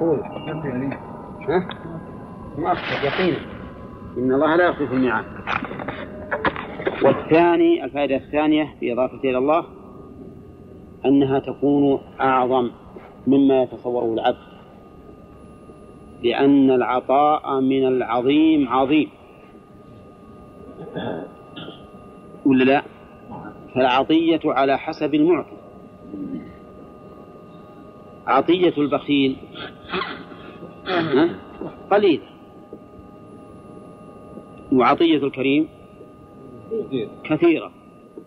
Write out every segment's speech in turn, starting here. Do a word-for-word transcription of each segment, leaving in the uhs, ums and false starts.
مقول ها مؤكد يقينا إن الله لا يخلف الميعاد. والثاني الفائدة الثانية في إضافة إلى الله أنها تكون أعظم مما يتصوره العبد، لأن العطاء من العظيم عظيم ولا لا؟ فالعطية على حسب المعطي. عطية البخيل قليلة، وعطية الكريم كثيرة.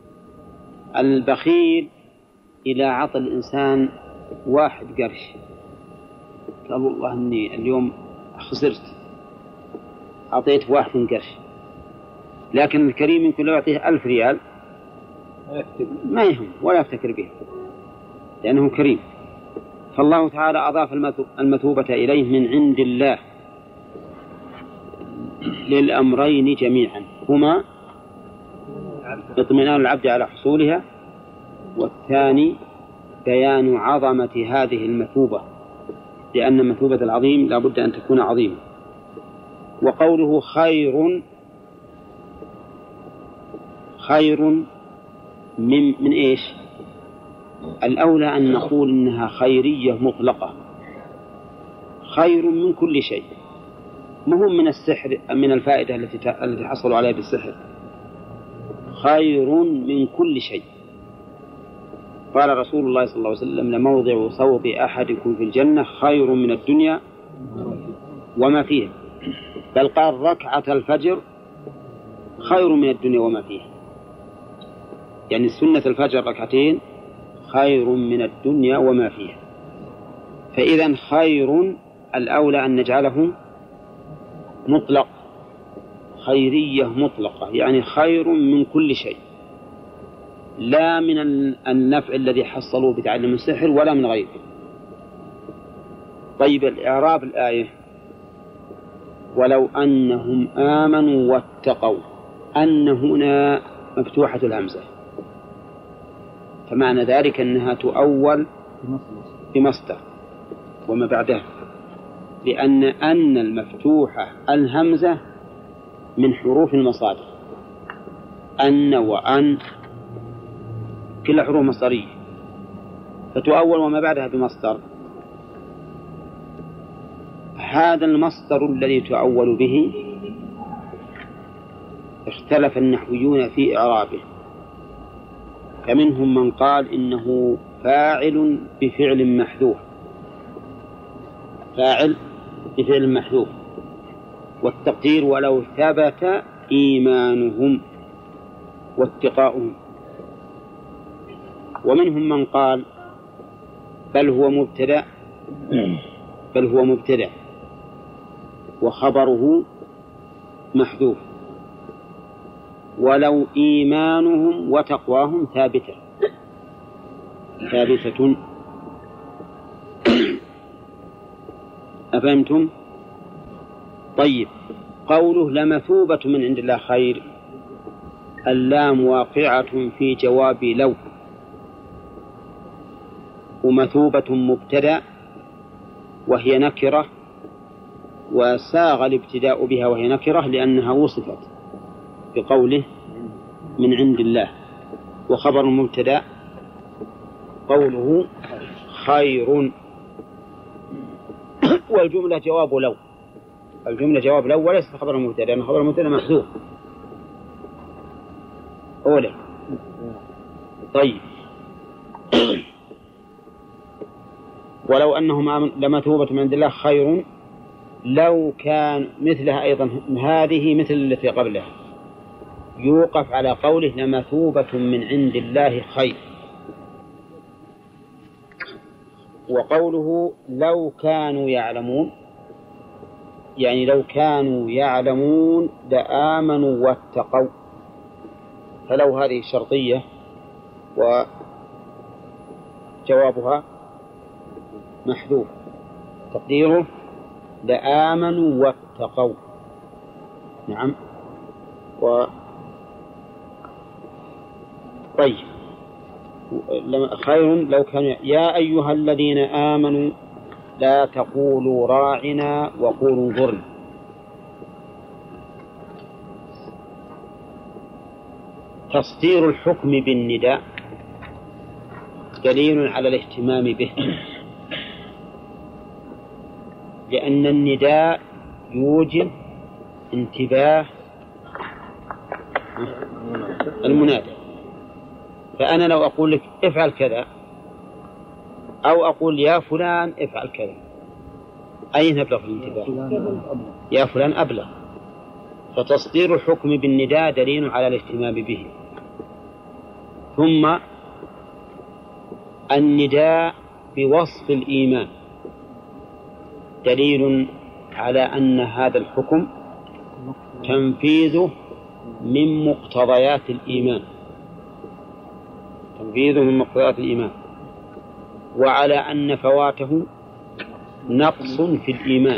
البخيل إذا عطى الإنسان واحد قرش قال والله إني اليوم خسرت، أعطيت واحد من قرش. لكن الكريم يمكن لو يعطيه ألف ريال ما يهم ولا يفتكر به لأنه كريم. فالله تعالى أضاف المثوبة إليه من عند الله للأمرين جميعا، هما اطمئنان العبد على حصولها، والثاني بيان عظمة هذه المثوبة، لأن مثوبة العظيم لا بد أن تكون عظيمة. وقوله خير خير من, من إيش؟ الأولى أن نقول إنها خيرية مطلقة، خير من كل شيء، مهم من السحر من الفائدة التي التي حصلوا عليها بالسحر، خير من كل شيء. قال رسول الله صلى الله عليه وسلم لموضع صوب أحدكم في الجنة خير من الدنيا وما فيها، بل قال ركعة الفجر خير من الدنيا وما فيها، يعني سنة الفجر ركعتين خير من الدنيا وما فيها. فإذا خير الأولى أن نجعله مطلق، خيرية مطلقة، يعني خير من كل شيء، لا من النفع الذي حصلوا بتعلم السحر ولا من غيره. طيب الإعراب الآية ولو أنهم آمنوا واتقوا، أن هنا مفتوحة الهمزة، فمعنى ذلك أنها تؤول بمصدر وما بعدها، لأن أن المفتوحة الهمزة من حروف المصادر، أن وأن كل حروف مصدرية، فتؤول وما بعدها بمصدر. هذا المصدر الذي تؤول به اختلف النحويون في إعرابه، فمنهم من قال إنه فاعل بفعل محذوف، فاعل بفعل محذوف، والتقدير ولو ثبت إيمانهم واتقاؤهم. ومنهم من قال بل هو مبتدأ بل هو مبتدأ وخبره محذوف، ولو إيمانهم وتقواهم ثابتة ثابتة أفهمتم؟ طيب قوله لمثوبة من عند الله خير، اللام واقعة في جواب لو، ومثوبة مبتدأ وهي نكرة، وساغ الابتداء بها وهي نكرة لأنها وصفت بقوله من عند الله. وخبر المبتدأ قوله خير، والجملة جواب لو، الجملة جواب لو وليس خبر المبتدأ، لأن خبر المبتدأ محذوف أولا. طيب ولو أنهم لمثوبة من عند الله خير، لو كان مثلها أيضا هذه مثل التي قبلها يوقف على قوله لمثوبة من عند الله خير. وقوله لو كانوا يعلمون، يعني لو كانوا يعلمون لآمنوا واتقوا، فلو هذه شرطية وجوابها محذوف، تقديره لآمنوا واتقوا. نعم. و طيب خير لو كانوا يا أيها الذين آمنوا لا تقولوا راعنا وقولوا انظرنا. تصدير الحكم بالنداء دليل على الاهتمام به، لأن النداء يوجب انتباه المنادى. فأنا لو أقول لك افعل كذا أو أقول يا فلان افعل كذا، أين أبلغ الانتباه؟ يا فلان أبلغ. فتصدير الحكم بالنداء دليل على الاهتمام به. ثم النداء بوصف الإيمان دليل على أن هذا الحكم تنفيذه من مقتضيات الإيمان، تنفيذه من مقتضيات الإيمان، وعلى أن فواته نقص في الإيمان،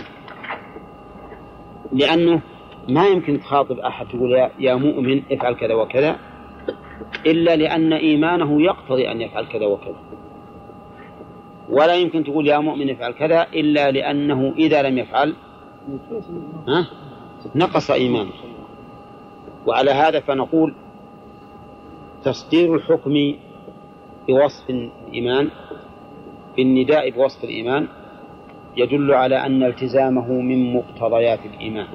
لأنه ما يمكن تخاطب أحد تقول يا مؤمن افعل كذا وكذا إلا لأن إيمانه يقتضي أن يفعل كذا وكذا، ولا يمكن تقول يا مؤمن افعل كذا إلا لأنه إذا لم يفعل ها نقص إيمانه. وعلى هذا فنقول تصدير الحكم بوصف الإيمان بالنداء بوصف الإيمان يدل على أن التزامه من مقتضيات الإيمان،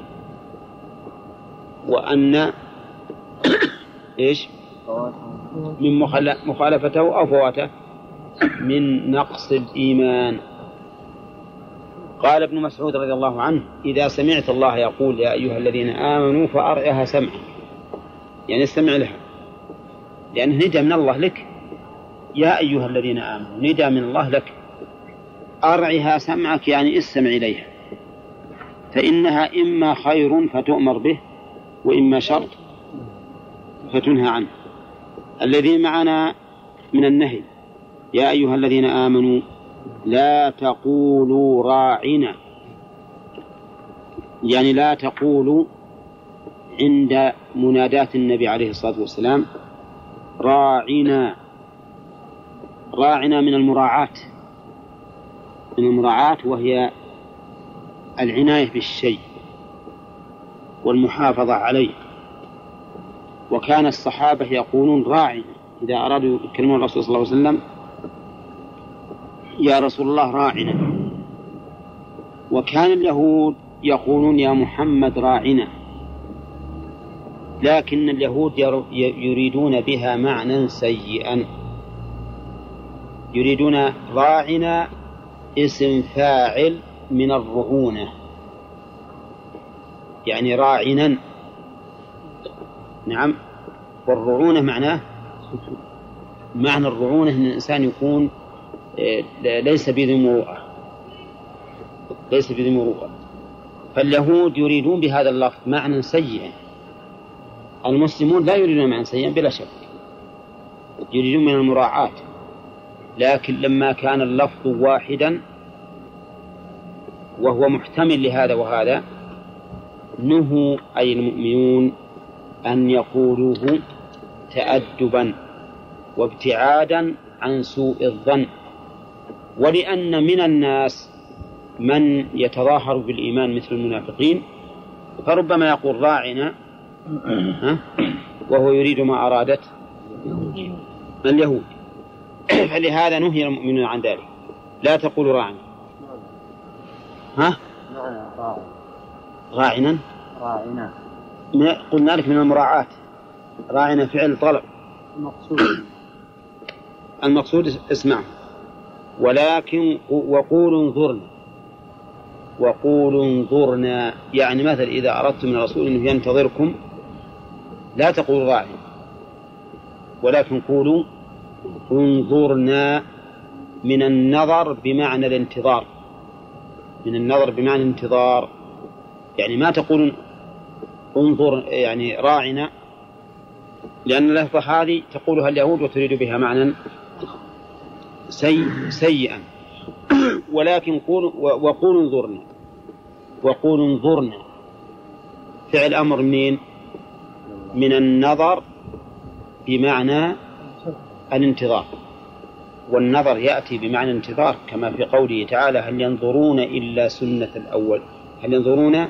وأن إيش من مخالفته أو فواته من نقص الإيمان. قال ابن مسعود رضي الله عنه إذا سمعت الله يقول يا أيها الذين آمنوا فأرعها سمعا، يعني استمع لها، لأنه ندى من الله لك، يا أيها الذين آمنوا ندى من الله لك، أرعها سمعك يعني استمع إليها، فإنها إما خير فتؤمر به وإما شر فتنهى عنه. الذي معنا من النهي يا أيها الذين آمنوا لا تقولوا راعنا، يعني لا تقولوا عند منادات النبي عليه الصلاة والسلام راعنا. راعنا من المراعاة، من المراعاة وهي العناية بالشيء والمحافظة عليه. وكان الصحابة يقولون راعنا إذا أرادوا يكلمون الرسول صلى الله عليه وسلم يا رسول الله راعنا. وكان اليهود يقولون يا محمد راعنا، لكن اليهود يريدون بها معنى سيئا، يريدون راعنا اسم فاعل من الرعونة، يعني راعنا. نعم، والرعونة معناه معنى الرعونة أن الإنسان يكون ليس بذي مروءة، ليس بذي مروءة. فاليهود يريدون بهذا اللفظ معنى سيئا، المسلمون لا يريدون معنى سيئا بلا شك، يريدون من المراعاة. لكن لما كان اللفظ واحدا وهو محتمل لهذا وهذا نهوا أي المؤمنون أن يقولوه تأدبا وابتعادا عن سوء الظن. ولأن من الناس من يتظاهر بالإيمان مثل المنافقين، فربما يقول راعنا وهو يريد ما أرادت اليهود. فلهذا نهي المؤمنون عن ذلك، لا تقولوا راعنا. ها راعنا راعنا قلنا لك من المراعاة، راعنا فعل طلب، المقصود المقصود اسمع. ولكن وقولوا انظرنا، وقولوا انظرنا يعني مثل إذا أردت من الرسول أنه ينتظركم لا تقولوا راعنا، ولكن قولوا انظرنا، من النظر بمعنى الانتظار، من النظر بمعنى الانتظار، يعني ما تقولون انظر يعني راعنا، لأن اللفظة هذه تقولها اليهود وتريد بها معنى سيء سيئا. ولكن قولوا وقولوا انظرنا، وقولوا انظرنا فعل أمر منين؟ من النظر بمعنى الانتظار، والنظر يأتي بمعنى انتظار كما في قوله تعالى هل ينظرون إلا سنة الأول، هل ينظرون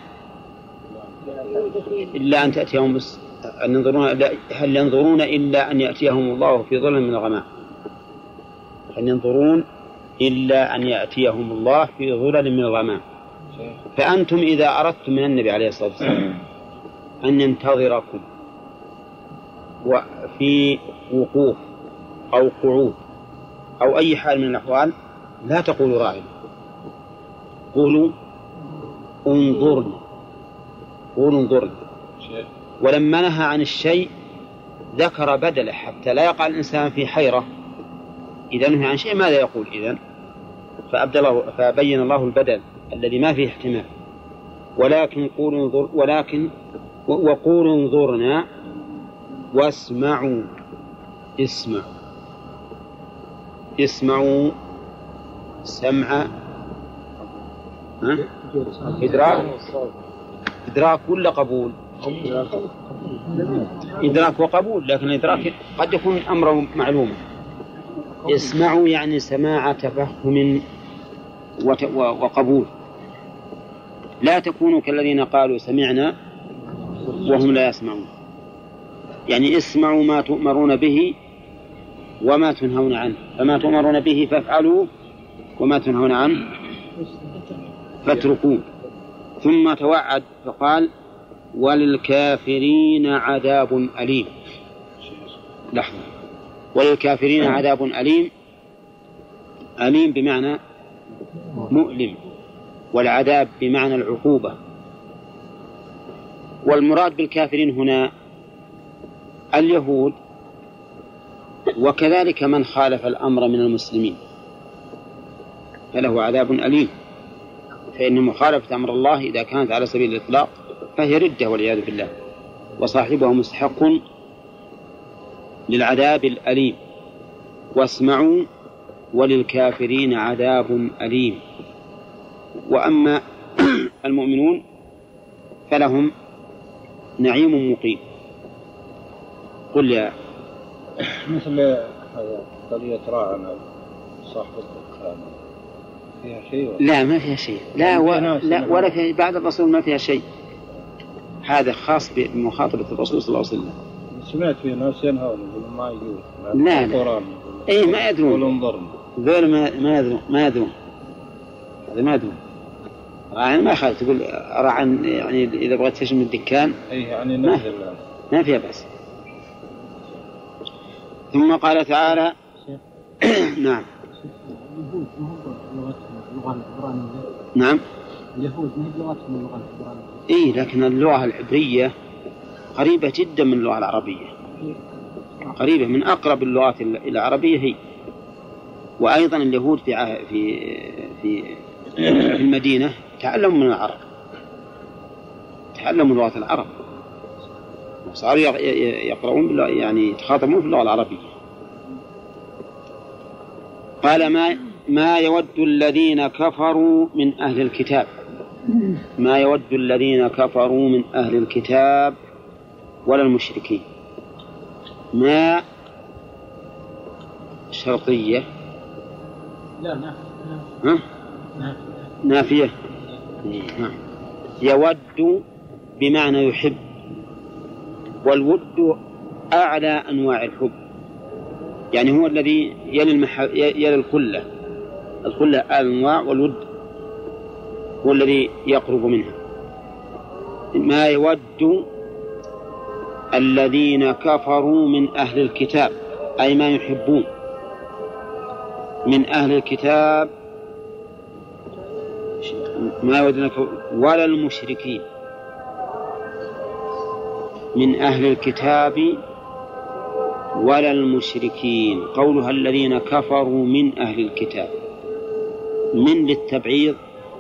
إلا أن تأتيهم بس أن ينظرون هل ينظرون إلا أن يأتيهم الله في ظل من الغمام، هل ينظرون إلا أن يأتيهم الله في ظلل من الغمام. فأنتم إذا أردتم من النبي عليه الصلاة والسلام أن ينتظركم وفي وقوف أو قعود أو أي حال من الأحوال لا تقولوا راعنا، قولوا انظرنا، قولوا انظرنا. ولما نهى عن الشيء ذكر بدله حتى لا يقع الإنسان في حيرة، إذا نهى عن شيء ماذا يقول إذن؟ فأبدله فبين الله البدل الذي ما فيه احتمال، ولكن قولوا انظر ولكن وقولوا انظرنا واسمعوا، اسمعوا اسمعوا سمع ها؟ إدراك إدراك ولا قبول؟ إدراك وقبول، لكن الإدراك قد يكون أمر معلوم. اسمعوا يعني سماع تفهم وقبول، لا تكونوا كالذين قالوا سمعنا وهم لا يسمعون. يعني اسمعوا ما تؤمرون به وما تنهون عنه، فما تؤمرون به فافعلوا وما تنهون عنه فاتركوه. ثم توعد فقال وللكافرين عذاب أليم. لحظة، وللكافرين عذاب أليم، أليم بمعنى مؤلم، والعذاب بمعنى العقوبة. والمراد بالكافرين هنا اليهود وكذلك من خالف الأمر من المسلمين فله عذاب أليم، فإن مخالفة أمر الله إذا كانت على سبيل الإطلاق فهي ردة والعياذ بالله، وصاحبها مستحق للعذاب الأليم. واسمعوا وللكافرين عذاب أليم. وأما المؤمنون فلهم نعيم مقيم. قل يا مثل قضية راعنا صاحب الدخان فيها شيء ولا؟ لا ما فيها شيء، لا, و... لا ولا في بعد الرسول ما فيها شيء، هذا خاص بمخاطبة الرسول صلى الله عليه وسلم. سمعت في ناس ينهون يقولون ما يجوز. لا لا اي ما يدرون ذول ما ما يدرون ما يدرون هذا ما يدرون. يعني ما خالف تقول راعن يعني إذا بغيت تشم الدكان اي يعني ما, ما فيها بس. ثم قال تعالى نعم نعم اليهود ما هي لغتهم اللغة العبرانية. إيه لكن اللغة العبرية قريبة جدا من اللغة العربية، قريبة من أقرب اللغات إلى العربية هي. وأيضا اليهود في في في المدينة تعلموا من العرب، تعلموا لغة العرب وصاروا يقرؤون يعني يتخاطبون في اللغة العربية. قال ما ما يود الذين كفروا من أهل الكتاب، ما يود الذين كفروا من أهل الكتاب ولا المشركين. ما شرطية لا نافية. ها؟ نافية. يود بمعنى يحب، والود أعلى أنواع الحب، يعني هو الذي يلي, المحب يلي الخلة، الخلة أنواع والود هو الذي يقرب منها. ما يود الذين كفروا من أهل الكتاب أي ما يحبون من أهل الكتاب، ما يود ولا المشركين من أهل الكتاب ولا المشركين. قولها الذين كفروا من أهل الكتاب من للتبعيض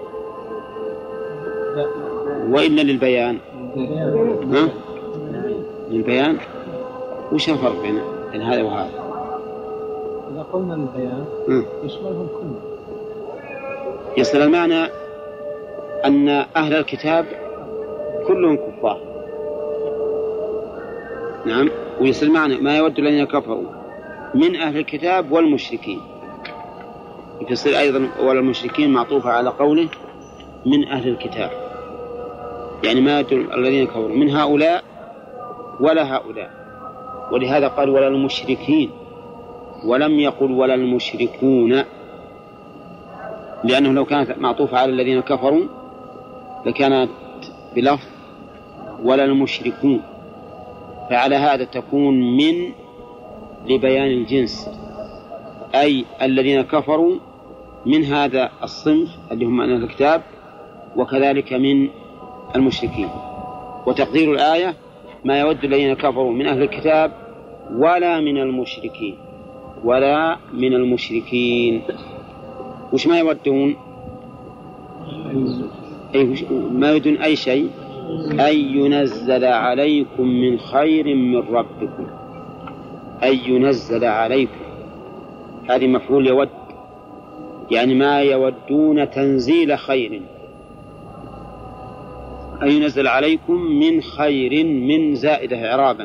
وإلا للبيان؟ ها؟ للبيان. وش الفرق بين بين هذا وهذا؟ إذا قلنا البيان يشملهم كلهم. يصل المعنى أن أهل الكتاب كلهم كفار. نعم. ويصل المعنى ما يود الذين كفروا من أهل الكتاب والمشركين يصير أيضا ولا المشركين معطوفة على قوله من أهل الكتاب، يعني ما يدل الذين كفروا من هؤلاء ولا هؤلاء، ولهذا قال ولا المشركين ولم يقل ولا المشركون، لأنه لو كانت معطوفة على الذين كفروا لكانت بلفظ ولا المشركون، فعلى هذا تكون من لبيان الجنس، أي الذين كفروا من هذا الصنف اللي هم من أهل الكتاب، وكذلك من المشركين. وتقدير الآية ما يود الذين كفروا من أهل الكتاب ولا من المشركين، ولا من المشركين. وش ما يودون؟ أي ما يودون أي شيء، أي ينزل عليكم من خير من ربكم، أي ينزل عليكم، هذه مفعول يود، يعني ما يودون تنزيل خير، أي ينزل عليكم من خير، من زائدة إعرابا،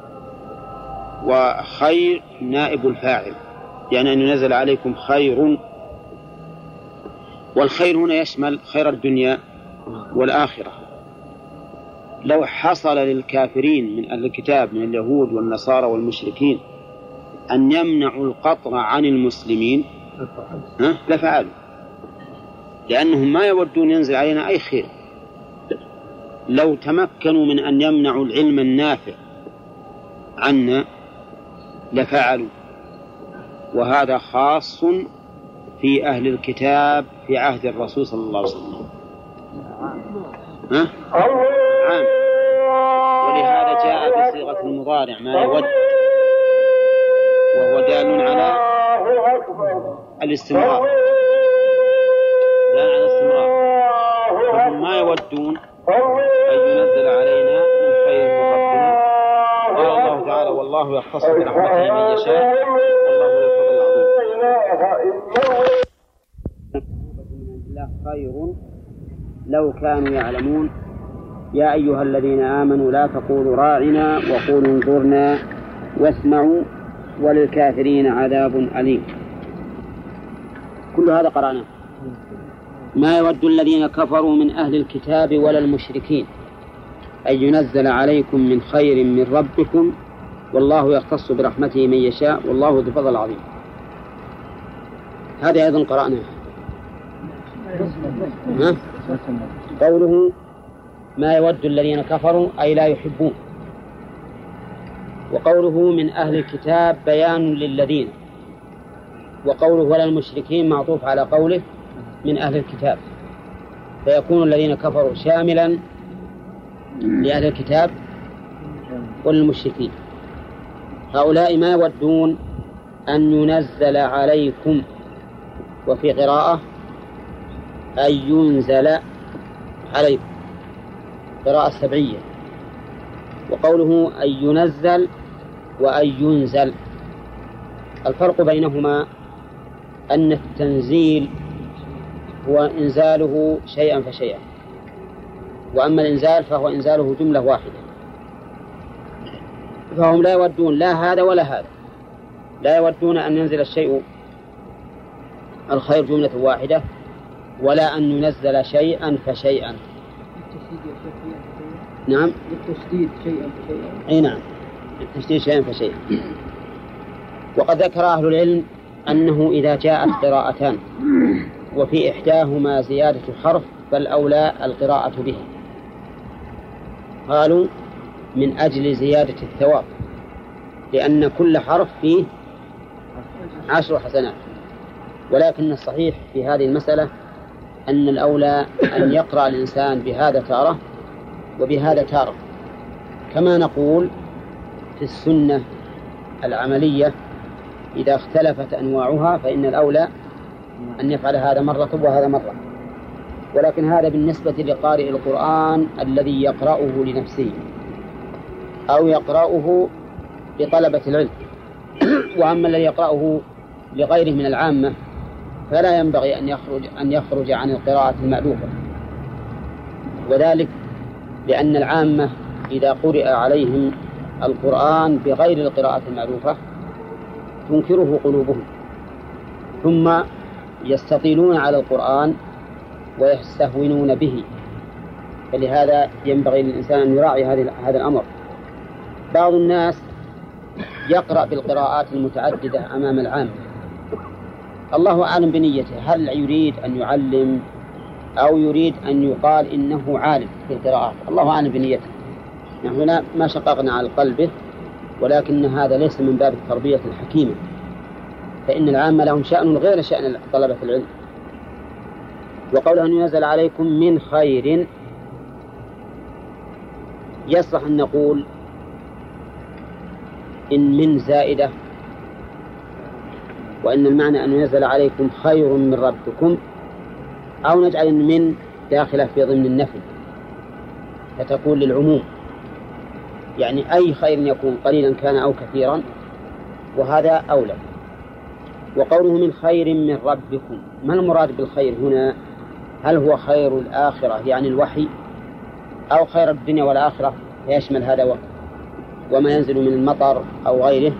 وخير نائب الفاعل، يعني أن ينزل عليكم خير. والخير هنا يشمل خير الدنيا والآخرة. لو حصل للكافرين من أهل الكتاب من اليهود والنصارى والمشركين أن يمنعوا القطر عن المسلمين لفعلوا، لأنهم ما يودون ينزل علينا أي خير. لو تمكنوا من أن يمنعوا العلم النافع عنا لفعلوا، وهذا خاص في أهل الكتاب في عهد الرسول صلى الله عليه وسلم. ها؟ عام. ولهذا جاء بصيغة المضارع ما يود، وهو دال على الاستمرار، دال على الاستمرار. فهم ما يودون أن ينزل علينا من خير من ربنا. قال الله تعالى والله يختص برحمته من يشاء والله ذو الفضل العظيم. خير لو كانوا يعلمون. يا أيها الذين آمنوا لا تقولوا راعنا وقولوا انظرنا واسمعوا وللكافرين عذاب أليم. كل هذا قرأناه. ما يود الذين كفروا من أهل الكتاب ولا المشركين أن ينزل عليكم من خير من ربكم والله يختص برحمته من يشاء والله ذو الفضل العظيم. هذا أيضا قرأناه. قوله ما يود الذين كفروا أي لا يحبون، وقوله من أهل الكتاب بيان للذين، وقوله ولا المشركين معطوف على قوله من أهل الكتاب، فيكون الذين كفروا شاملا لأهل الكتاب والمشركين. هؤلاء ما يودون أن ينزل عليكم، وفي قراءة أن ينزل عليكم، قراءة سبعية. وقوله أن ينزل وأن ينزل، الفرق بينهما أن التنزيل هو إنزاله شيئا فشيئا، وأما الإنزال فهو إنزاله جملة واحدة. فهم لا يودون لا هذا ولا هذا، لا يودون أن ينزل الشيء الخير جملة واحدة، ولا أن ينزل شيئا فشيئا. نعم التشديد شيئا فشيئا. أي نعم التشديد شيئا فشيئا. وقد ذكر أهل العلم أنه إذا جاءت قراءتان وفي إحداهما زيادة حرف فالأولى القراءة بها، قالوا من أجل زيادة الثواب، لأن كل حرف فيه عشر حسنات. ولكن الصحيح في هذه المسألة أن الأولى أن يقرأ الإنسان بهذا تارة وبهذا تارة، كما نقول في السنة العملية إذا اختلفت أنواعها فإن الأولى أن يفعل هذا مرة وهذا مرة. ولكن هذا بالنسبة لقارئ القرآن الذي يقرأه لنفسه أو يقرأه لطلبة العلم. وأما الذي يقرأه لغيره من العامة فلا ينبغي أن يخرج, أن يخرج عن القراءة المألوفة، وذلك لأن العامة إذا قرئ عليهم القرآن بغير القراءة المألوفة تنكره قلوبهم، ثم يستطيلون على القرآن ويستهونون به، فلهذا ينبغي للإنسان أن يراعي هذا الأمر. بعض الناس يقرأ بالقراءات المتعددة أمام العام، الله أعلم بنيته، هل يريد أن يعلم أو يريد أن يقال إنه عالم في القراءات، الله أعلم بنيته. نحن ما شققنا على قلبه، ولكن هذا ليس من باب التربية الحكيمة، فإن العامة لهم شأن غير شأن طلبة العلم. وقوله أن ينزل عليكم من خير، يصح أن نقول إن من زائدة، وإن المعنى أن ينزل عليكم خير من ربكم، أو نجعل إن من داخلة في ضمن النفي فتكون للعموم، يعني أي خير يكون قليلا كان أو كثيرا، وهذا أولى. وقوله من خير من ربكم، ما المراد بالخير هنا؟ هل هو خير الآخرة يعني الوحي، أو خير الدنيا والآخرة يشمل هذا وما ينزل من المطر أو غيره؟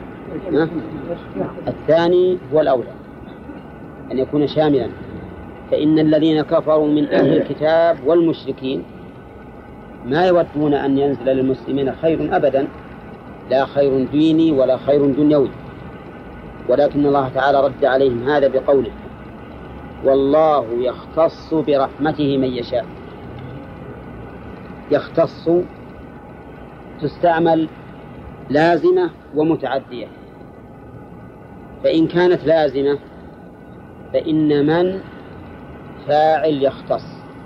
الثاني هو الأولى أن يكون شاملا، فإن الذين كفروا من أهل الكتاب والمشركين ما يودون أن ينزل للمسلمين خير أبدا، لا خير ديني ولا خير دنيوي، ولكن الله تعالى رد عليهم هذا بقوله والله يختص برحمته من يشاء. يختص تستعمل لازمة ومتعدية، فإن كانت لازمة فإن من فاعل يختص،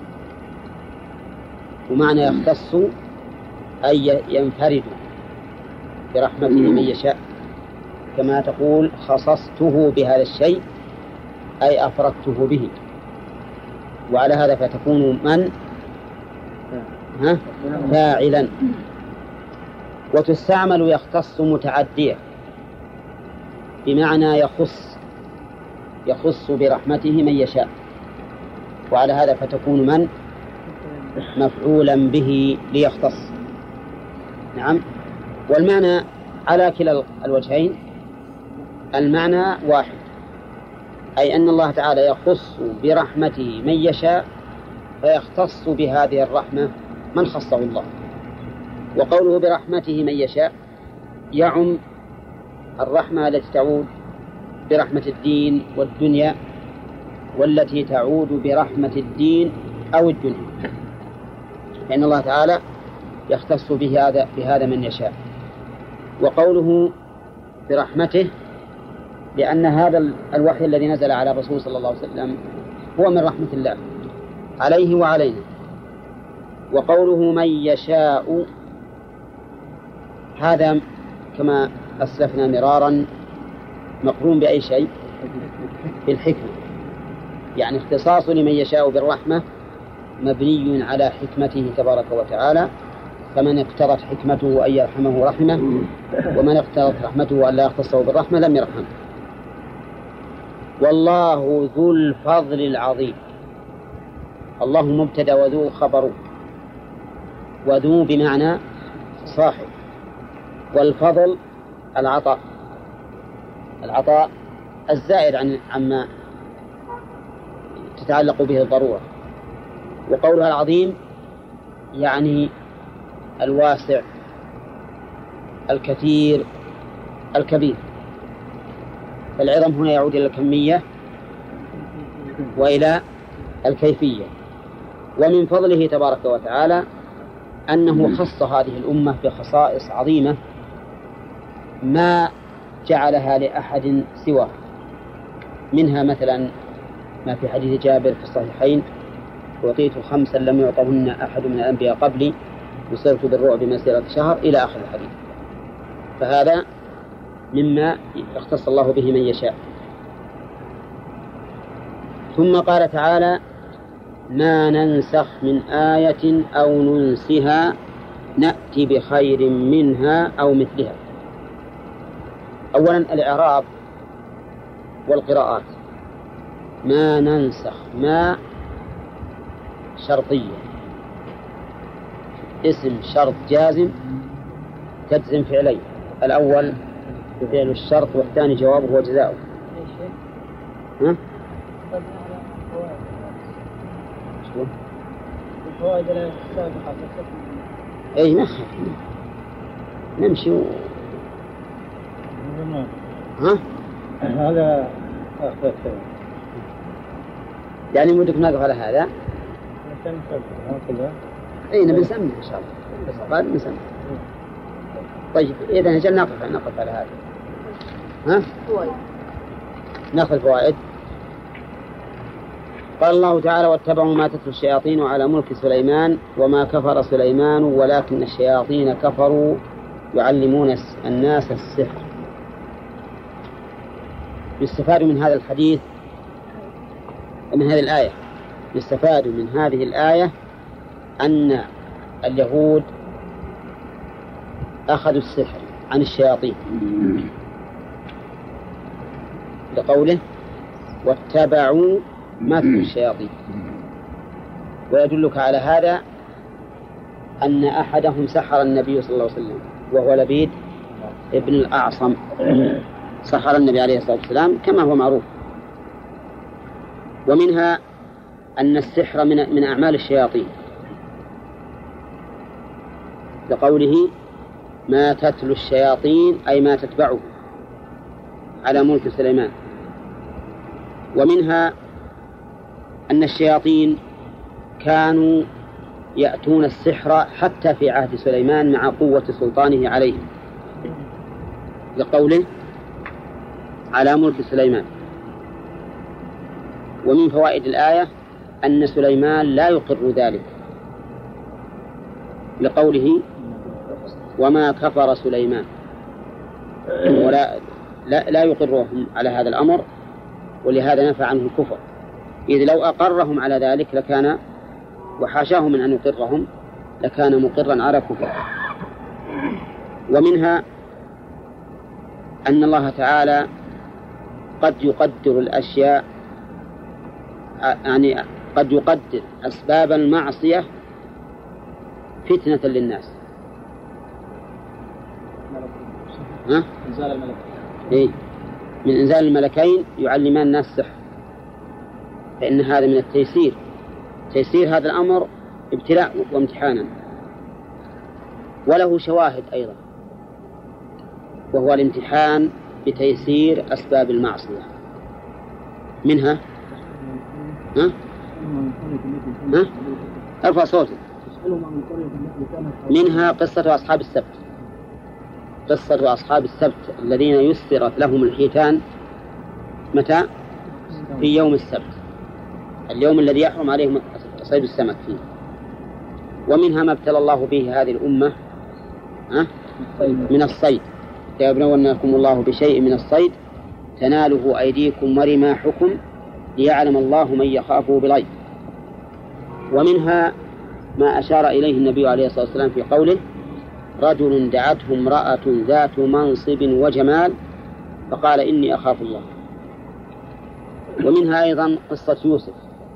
ومعنى يختص أي ينفرد برحمته من يشاء، كما تقول خصصته بهذا الشيء أي أفردته به، وعلى هذا فتكون من ها فاعلا. وتستعمل يختص متعدية بمعنى يخص يخص برحمته من يشاء، وعلى هذا فتكون من مفعولا به ليختص. نعم، والمعنى على كلا الوجهين المعنى واحد، أي أن الله تعالى يخص برحمته من يشاء فيختص بهذه الرحمة من خصه الله. وقوله برحمته من يشاء يعم الرحمة التي تعود برحمة الدين والدنيا، والتي تعود برحمة الدين أو الدنيا، فإن الله تعالى يختص بهذا بهذا من يشاء. وقوله برحمته لأن هذا الوحي الذي نزل على الرسول صلى الله عليه وسلم هو من رحمة الله عليه وعلينا. وقوله من يشاء هذا كما أسلفنا مرارا مقرون بأي شيء؟ بالحكمة، يعني اختصاص لمن يشاء بالرحمة مبني على حكمته تبارك وتعالى، فمن اقتضت حكمته أن يرحمه رحمه، ومن اقتضت رحمته أن لا يختصه بالرحمة لم يرحمه. والله ذو الفضل العظيم، الله مبتدأ وذو خبر، وذو بمعنى صاحب، والفضل العطاء العطاء الزائد عن عما تتعلق به الضرورة. وقولها العظيم يعني الواسع الكثير الكبير، فالعظم هنا يعود إلى الكمية وإلى الكيفية. ومن فضله تبارك وتعالى أنه خص هذه الأمة بخصائص عظيمة ما جعلها لأحد سواه، منها مثلا ما في حديث جابر في الصحيحين أعطيت خمسا لم يعطهن أحد من الأنبياء قبلي وصرت بالرعب مسيرة شهر إلى آخر الحديث، فهذا مما اختص الله به من يشاء. ثم قال تعالى ما ننسخ من آية أو ننسها نأتي بخير منها أو مثلها. أولا الإعراب والقراءات. ما ننسخ، ما شرطية، اسم شرط جازم تجزم فعلين، الأول فعل الشرط والثاني جوابه وجزاؤه. ها؟ شو؟ الفوائد السابقة. أي نخف نمشي و... ها؟ هذا أخذ يعني مدك نقف على هذا؟ أي نبي نسمي إن شاء الله بس قال نسمي. طيب إذا نجل نقف نقف على هذا. ها؟ فوائد. نأخذ فوائد. قال الله تعالى: واتبعوا ما تتلو الشياطين على ملك سليمان وما كفر سليمان ولكن الشياطين كفروا يعلمون الناس السحر. يستفاد من هذا الحديث من هذه الآية يستفاد من هذه الآية أن اليهود أخذوا السحر عن الشياطين لقوله واتبعوا ما تتلو الشياطين. ويدلك على هذا أن أحدهم سحر النبي صلى الله عليه وسلم وهو لبيد ابن الأعصم، سحر النبي عليه الصلاة والسلام كما هو معروف. ومنها أن السحر من من أعمال الشياطين لقوله ما تتلو الشياطين أي ما تتبعه على ملك سليمان. ومنها أن الشياطين كانوا يأتون السحر حتى في عهد سليمان مع قوة سلطانه عليهم لقوله على ملك سليمان. ومن فوائد الآية أن سليمان لا يقر ذلك لقوله وما كفر سليمان، ولا لا, لا يقرهم على هذا الأمر، ولهذا نفى عنه الكفر، إذ لو أقرهم على ذلك لكان وحاشاه من أن يقرهم لكان مقرا على كفر. ومنها أن الله تعالى قد يقدر الأشياء، يعني قد يقدر أسباب المعصية فتنة للناس. ها؟ إنزال الملكين. إيه؟ من إنزال الملكين يعلمان الناس السحر، فإن هذا من التيسير. تيسير هذا الأمر ابتلاء وامتحانا. وله شواهد أيضا، وهو الامتحان بتيسير أسباب المعصية. منها ها؟ ها؟ أرفع صوتي. منها قصة أصحاب السبت، قصة أصحاب السبت الذين يسرت لهم الحيتان متى؟ في يوم السبت، اليوم الذي يحرم عليهم صيد السمك فيه. ومنها ما ابتلى الله به هذه الأمة ها؟ من الصيد، ليبلونكم الله بشيء من الصيد تناله أيديكم ورماحكم ليعلم الله من يخافه بالغيب. ومنها ما أشار إليه النبي عليه الصلاة والسلام في قوله رجل دعته امرأة ذات منصب وجمال فقال إني أخاف الله. ومنها أيضا قصة يوسف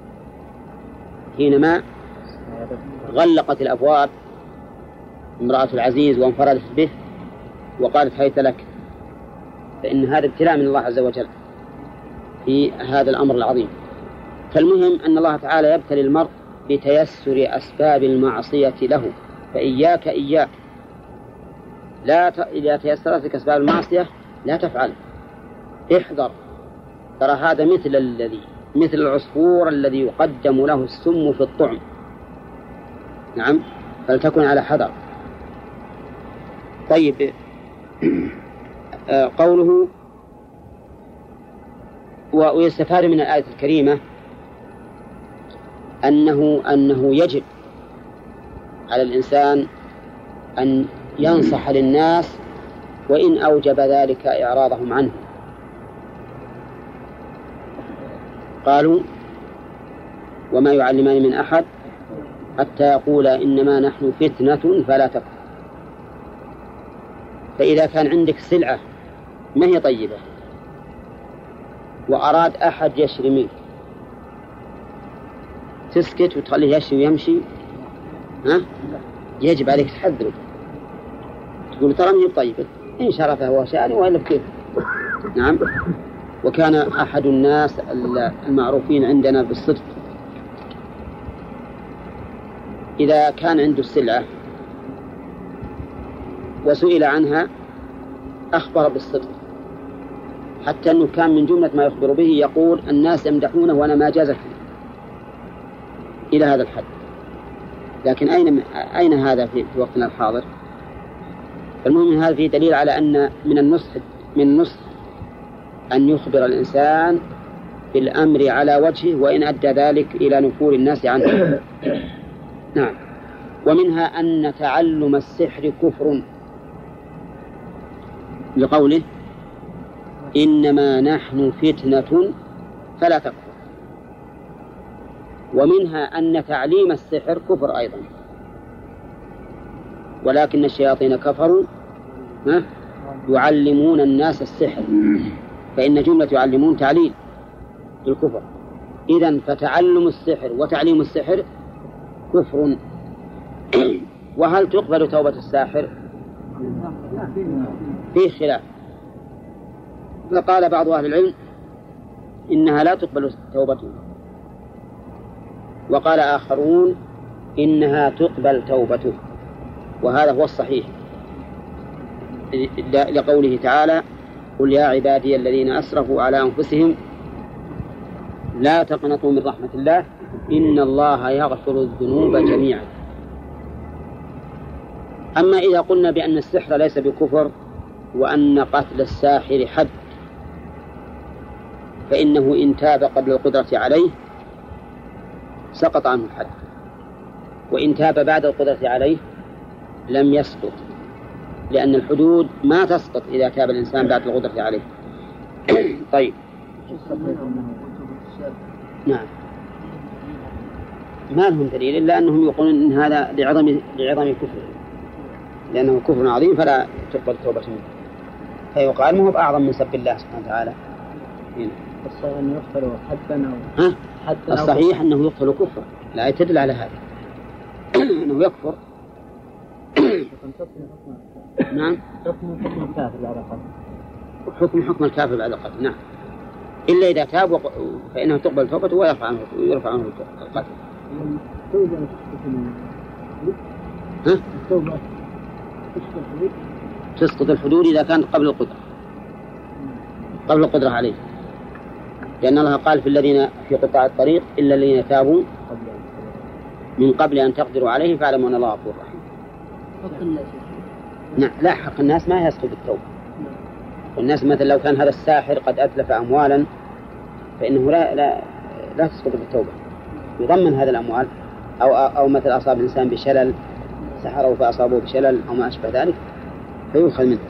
حينما غلقت الأبواب امرأة العزيز وانفردت به وقالت هيت لك، فإن هذا ابتلاء من الله عز وجل في هذا الأمر العظيم. فالمهم أن الله تعالى يبتلي المرء بتيسر أسباب المعصية له، فإياك إياك لا ت... إذا تيسرت لك أسباب المعصية لا تفعل، احذر. ترى هذا مثل الذي مثل العصفور الذي يقدم له السم في الطعم. نعم، فلتكن على حذر. طيب، قوله ويستفاد من الآية الكريمة أنه أنه يجب على الإنسان أن ينصح للناس وإن أوجب ذلك إعراضهم عنه. قالوا وما يعلمان من أحد حتى يقولا إنما نحن فتنة فلا تكفر. فإذا كان عندك سلعة ما هي طيبة وأراد أحد يشري منك، تسكت وتخليه يشري ويمشي؟ ها؟ يجب عليك تحذره، تقول ترى ما هي طيبة، إن شرفه هو شأنه وإلا بكيف. نعم. وكان أحد الناس المعروفين عندنا بالصدق إذا كان عنده السلعة وسئل عنها أخبر بالصدق، حتى أنه كان من جملة ما يخبر به يقول الناس يمدحونه وأنا ما جازت إلى هذا الحد. لكن أين أين هذا في وقتنا الحاضر؟ المهم هذا فيه دليل على أن من النصح من النصح أن يخبر الإنسان بالأمر على وجهه وإن أدى ذلك إلى نفور الناس عنه. نعم. ومنها أن تعلم السحر كفر لقوله إنما نحن فتنة فلا تكفر. ومنها أن تعليم السحر كفر أيضا، ولكن الشياطين كفروا يعلمون الناس السحر، فإن جملة يعلمون تعليل الكفر. إذن فتعلم السحر وتعليم السحر كفر. وهل تقبل توبة الساحر؟ فيه خلاف، فقال بعض أهل العلم إنها لا تقبل توبته، وقال آخرون إنها تقبل توبته، وهذا هو الصحيح لقوله تعالى قل يا عبادي الذين أسرفوا على أنفسهم لا تقنطوا من رحمة الله إن الله يغفر الذنوب جميعا. أما إذا قلنا بأن السحر ليس بكفر وأن قتل الساحر حد، فإنه إن تاب قبل القدرة عليه سقط عنه الحد، وإن تاب بعد القدرة عليه لم يسقط، لأن الحدود ما تسقط إذا تاب الإنسان بعد القدرة عليه. طيب. نعم. ما لهم دليل إلا أنهم يقولون إن هذا لعظم لعظم كفر، لأنه كفر عظيم فلا تقبل توبة منه، فيقال ما هو بأعظم من سب الله سبحانه وتعالى. الصحيح أنه يقتل حدا أو حدا الصحيح أنه يقتل كفر، لا يتدل على هذا أنه يكفر. نعم. حكم حكم الكافر بعد القتل. حكم حكم الكافر بعد القتل. نعم. إلا إذا تاب فإنه تقبل توبته ويرفع عنه ويرفع عنه القتل. ها؟ تسقط الحدود إذا كانت قبل القدرة قبل القدرة عليه، لأن الله قال في الذين في قطاع الطريق إلا الذين تابوا من قبل أن تقدروا عليه فاعلموا أن الله غفور رحيم. نعم. لا، حق الناس ما يسقط بالتوبة. والناس مثلا لو كان هذا الساحر قد أتلف أموالا فإنه لا لا لا تسقط بالتوبة، يضمن هذا الأموال، أو أو مثل أصاب الإنسان بشلل سحره فأصابه بشلل أو ما أشبه ذلك فيؤخذ منه.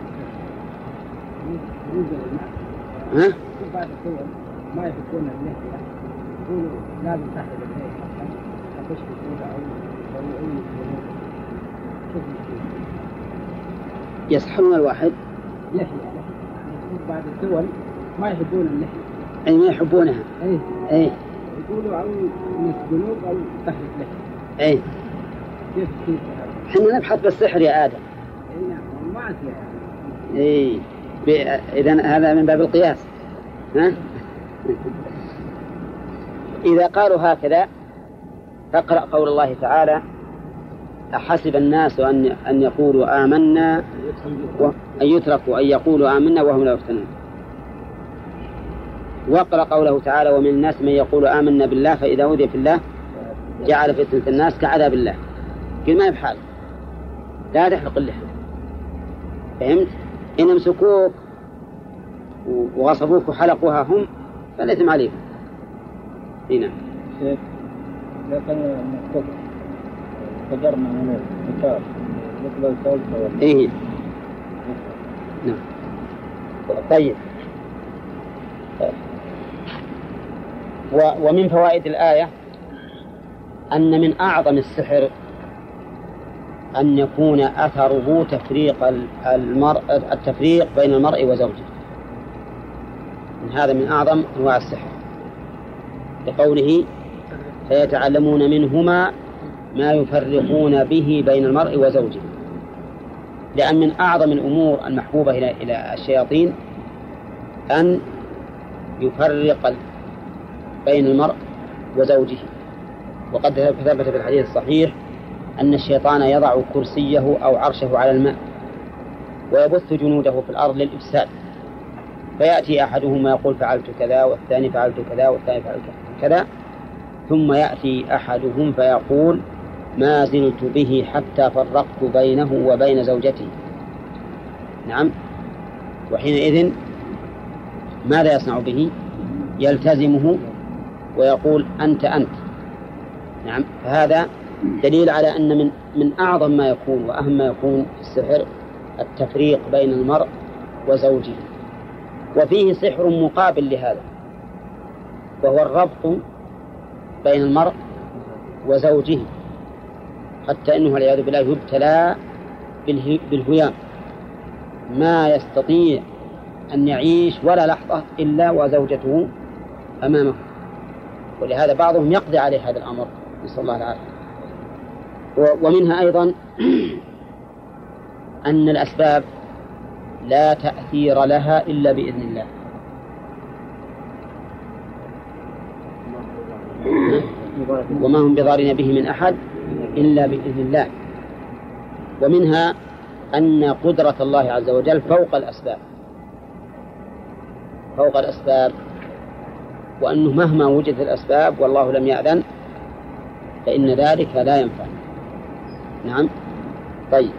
ها؟ ما يفكون النهي يقولوا لازم تحت النهي أخش بسودة أو أي يسحرون الواحد لحية بعد الدول ما يحبون اللحية. أي ما يحبونها. أي أي يقولوا أو من الذنوب أو تحت اللحية. أي كيف كيف حنا نبحث بالسحر يا آدم. أي نعم ما أسمع. أي إذن هذا من باب القياس. ها؟ إذا قالوا هكذا فاقرأ قول الله تعالى أحسب الناس أن أن يقولوا آمنا وأن يتركوا أن يقولوا آمنا وهم لا يفتنون. واقرأ قوله تعالى ومن الناس من يقول آمنا بالله فإذا أوذي في الله جعل فتنة الناس كعذاب الله. قل ما يبحال لا تحرق اللحم. فهمت؟ إن امسكوك وغصبوك وحلقوها هم فليتم عليهم. هنا لكن قدرنا من الكتاب مثل الثالثة. إيه. نعم. طيب. ومن فوائد الآية أن من أعظم السحر أن يكون أثره تفريق المرء التفريق بين المرء وزوجه. هذا من أعظم أنواع السحر لقوله فيتعلمون منهما ما يفرقون به بين المرء وزوجه. لأن من أعظم الأمور المحبوبة إلى إلى الشياطين أن يفرق بين المرء وزوجه. وقد ثبت في الحديث الصحيح أن الشيطان يضع كرسيه أو عرشه على الماء ويبث جنوده في الأرض للإفساد، فيأتي أحدهم ويقول فعلت كذا، والثاني فعلت كذا، والثاني فعلت كذا، ثم يأتي أحدهم فيقول ما زلت به حتى فرقت بينه وبين زوجته. نعم. وحينئذ ماذا يصنع به؟ يلتزمه ويقول أنت أنت. نعم. فهذا دليل على أن من من أعظم ما يكون وأهم ما يكون في السحر التفريق بين المرء وزوجه. وفيه سحر مقابل لهذا، وهو الربط بين المرء وزوجه، حتى إنه والعياذ بالله يبتلى بالهيام، ما يستطيع أن يعيش ولا لحظة إلا وزوجته أمامه. ولهذا بعضهم يقضي عليه هذا الأمر، نسأل الله العافية. ومنها أيضا أن الأسباب لا تأثير لها إلا بإذن الله. وما هم بضارين به من أحد إلا بإذن الله. ومنها أن قدرة الله عز وجل فوق الأسباب فوق الأسباب وأنه مهما وجدت الأسباب والله لم يأذن فإن ذلك لا ينفع. نعم. طيب،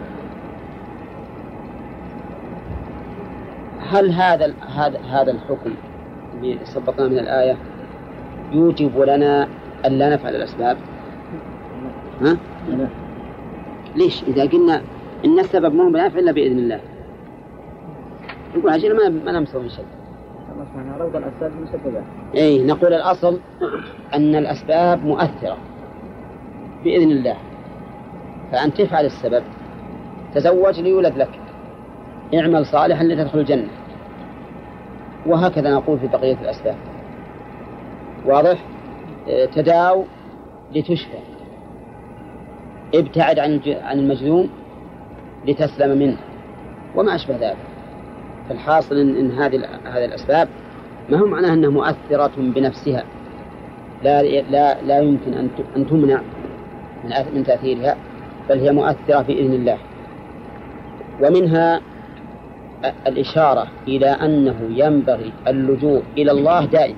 هل هذا هذا هذا الحكم اللي سبقنا من الآية يوجب لنا أن لا نفعل الأسباب؟ ها؟ ليش؟ إذا قلنا إن السبب ما هو بنافع إلا بإذن الله، نقول عجل ما ما نمسوا من شيء. روض الأسباب مسببة. إيه، نقول الأصل أن الأسباب مؤثرة بإذن الله، فأن تفعل السبب، تزوج ليولد لك، اعمل صالحا لتدخل الجنة، وهكذا نقول في بقية الأسباب. واضح؟ تداو لتشفى، ابتعد عن عن المجذوم لتسلم منه، وما أشبه ذلك. فالحاصل إن, إن هذه هذه الأسباب ما هو معناها أنها مؤثرة بنفسها، لا لا لا يمكن أن أن تمنع من من تأثيرها، بل هي مؤثرة بإذن الله. ومنها الإشارة إلى أنه ينبغي اللجوء إلى الله دائما،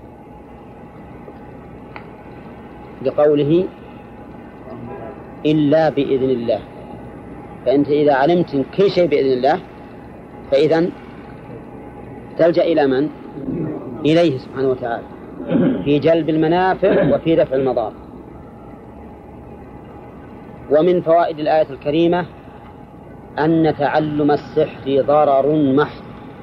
لقوله إلا بإذن الله. فأنت إذا علمت كل شيء بإذن الله فإذا تلجأ إلى من؟ إليه سبحانه وتعالى في جلب المنافع وفي دفع المضار. ومن فوائد الآية الكريمة أن تعلم السحر ضرر محض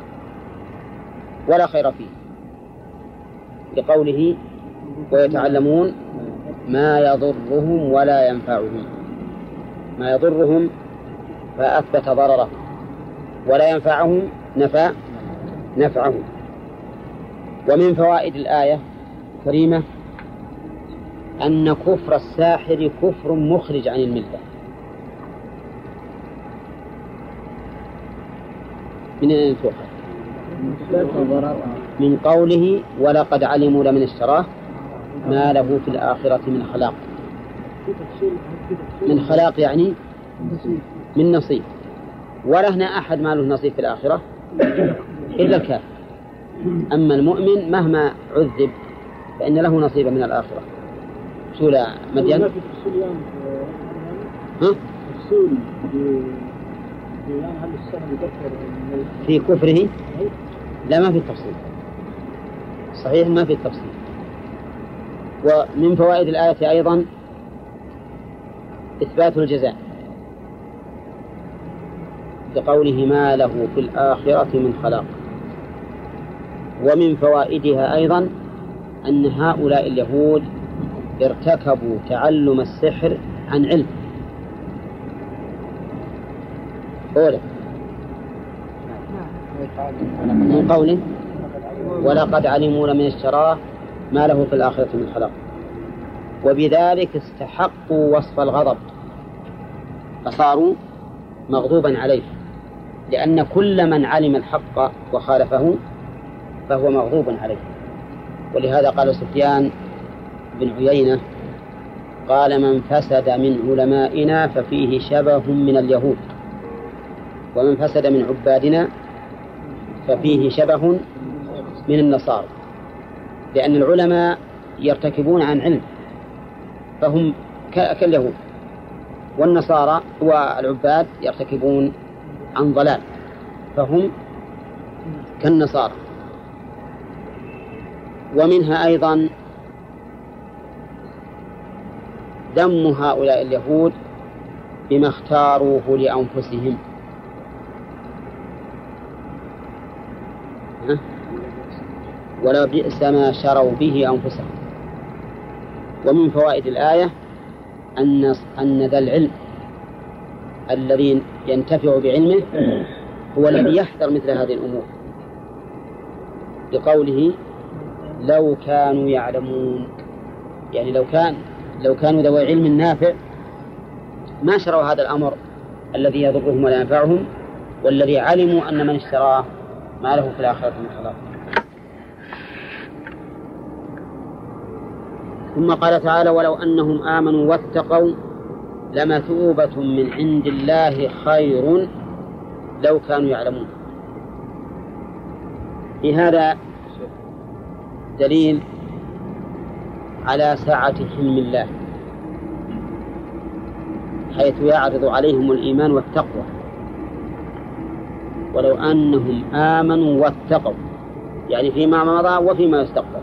ولا خير فيه، لقوله ويتعلمون ما يضرهم ولا ينفعهم. ما يضرهم فأثبت ضرره، ولا ينفعهم نفى نفعهم. ومن فوائد الآية الكريمة أن كفر الساحر كفر مخرج عن الملة. من أين تؤخذ؟ من قوله ولقد علموا لمن اشتراه ما له في الآخرة من خلاق. من خلاق يعني من نصيب، ولهنا أحد ما له نصيب في الآخرة إلا الكافر. أما المؤمن مهما عذب فإن له نصيب من الآخرة. شو لا مدين؟ ها؟ في كفره لا، ما في التفصيل، صحيح ما في التفصيل. ومن فوائد الآية أيضا إثبات الجزاء، بقوله ما له في الآخرة من خلاق. ومن فوائدها أيضا أن هؤلاء اليهود ارتكبوا تعلم السحر عن علم. أولا من قوله ولقد علموا لمن اشتراه ما له في الآخرة من خلاق، وبذلك استحقوا وصف الغضب، فصاروا مغضوبا عليه، لأن كل من علم الحق وخالفه فهو مغضوب عليه. ولهذا قال سفيان بن عيينة قال من فسد من علمائنا ففيه شبه من اليهود، ومن فسد من عبادنا ففيه شبه من النصارى، لأن العلماء يرتكبون عن علم فهم كاليهود، والنصارى والعباد يرتكبون عن ضلال فهم كالنصارى. ومنها أيضا ذم هؤلاء اليهود بما اختاروه لأنفسهم. ولا بئس ما شروا به أنفسهم. ومن فوائد الآية أن أن ذا العلم الذي ينتفع بعلمه هو الذي يحذر مثل هذه الأمور، لقوله لو كانوا يعلمون، يعني لو كان لو كانوا ذوي علم نافع ما شروا هذا الأمر الذي يضرهم ولا ينفعهم، والذي علموا أن من اشتراه ما له في الآخرة من خلاق. ثم قال تعالى ولو أنهم آمنوا واتقوا لمثوبة من عند الله خير لو كانوا يعلمون. في هذا دليل على سعة حلم الله، حيث يعرض عليهم الإيمان والتقوى. ولو أنهم آمنوا واتقوا، يعني فيما مضى وفيما يستقبل.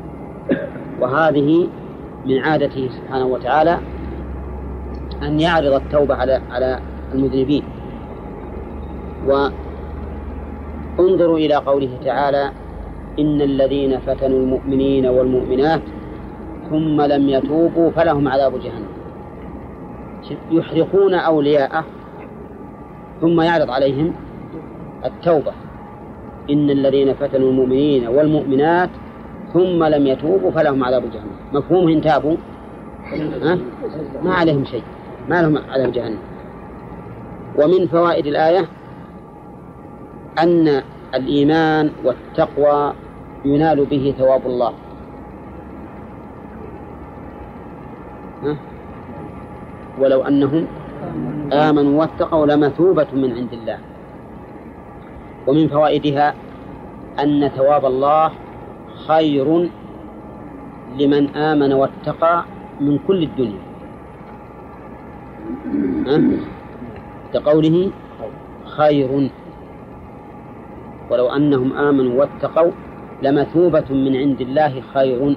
وهذه من عادته سبحانه وتعالى أن يعرض التوبة على على المذنبين. وانظروا إلى قوله تعالى إن الذين فتنوا المؤمنين والمؤمنات ثم لم يتوبوا فلهم عذاب جهنم. يحرقون أولياءه ثم يعرض عليهم التوبة. إن الذين فتنوا المؤمنين والمؤمنات ثم لم يتوبوا فلهم عذاب جهنم. مفهوم إن تابوا أه؟ ما عليهم شيء، ما لهم عذاب جهنم. ومن فوائد الآية أن الإيمان والتقوى ينال به ثواب الله. أه؟ ولو أنهم آمنوا واتقوا لمثوبة من عند الله. ومن فوائدها أن ثواب الله خير لمن آمن واتقى من كل الدنيا، كقوله خير ولو أنهم آمنوا واتقوا لمثوبة من عند الله خير.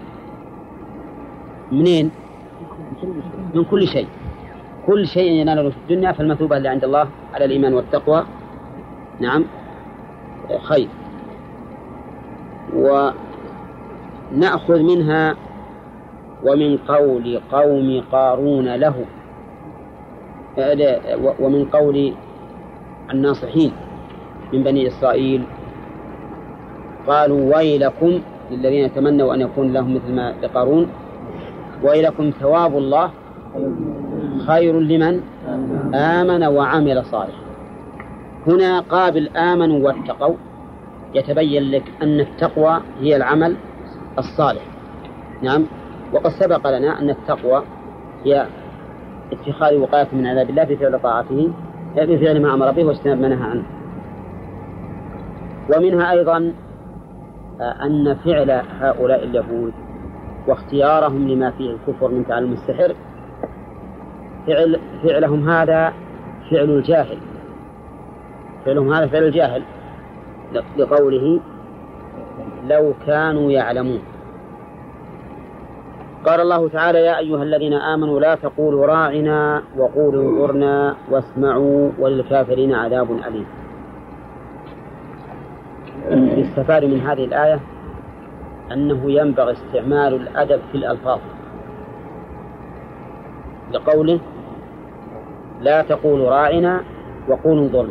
منين؟ من كل شيء، كل شيء يناله في الدنيا فالمثوبة اللي عند الله على الإيمان والتقوى نعم خير. ونأخذ منها ومن قول قوم قارون له، ومن قول الناصحين من بني إسرائيل قالوا ويلكم للذين تمنوا أن يكون لهم مثل ما لقارون ويلكم ثواب الله خير لمن آمن وعمل صالحا. هنا قابل آمنوا واتقوا يتبين لك أن التقوى هي العمل الصالح. نعم. وقد سبق لنا أن التقوى هي اتخاذ وقاية من عذاب الله بفعل طاعته بفعل ما أمر به واجتناب ما نهى عنه. ومنها أيضا أن فعل هؤلاء اليهود واختيارهم لما فيه الكفر من تعلم السحر فعل فعلهم هذا فعل الجاهل، فعلهم هذا فعل الجاهل لقوله لو كانوا يعلمون. قال الله تعالى يا أيها الذين آمنوا لا تقولوا راعنا وقولوا انظرنا واسمعوا وللكافرين عذاب أليم. يستفاد من هذه الآية أنه ينبغي استعمال الأدب في الألفاظ لقوله لا تقولوا راعنا وقولوا انظرنا.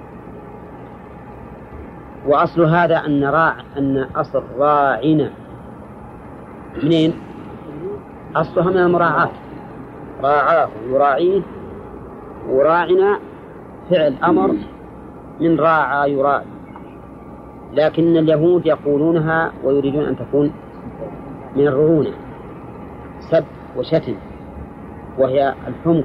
وأصل هذا أن راع أن أصل راعنا منين؟ أصلها من المراعاة، راعاه يراعيه، وراعنا فعل أمر من راعى يراعي. لكن اليهود يقولونها ويريدون أن تكون من الرعونة، سب وشتم، وهي الحمق.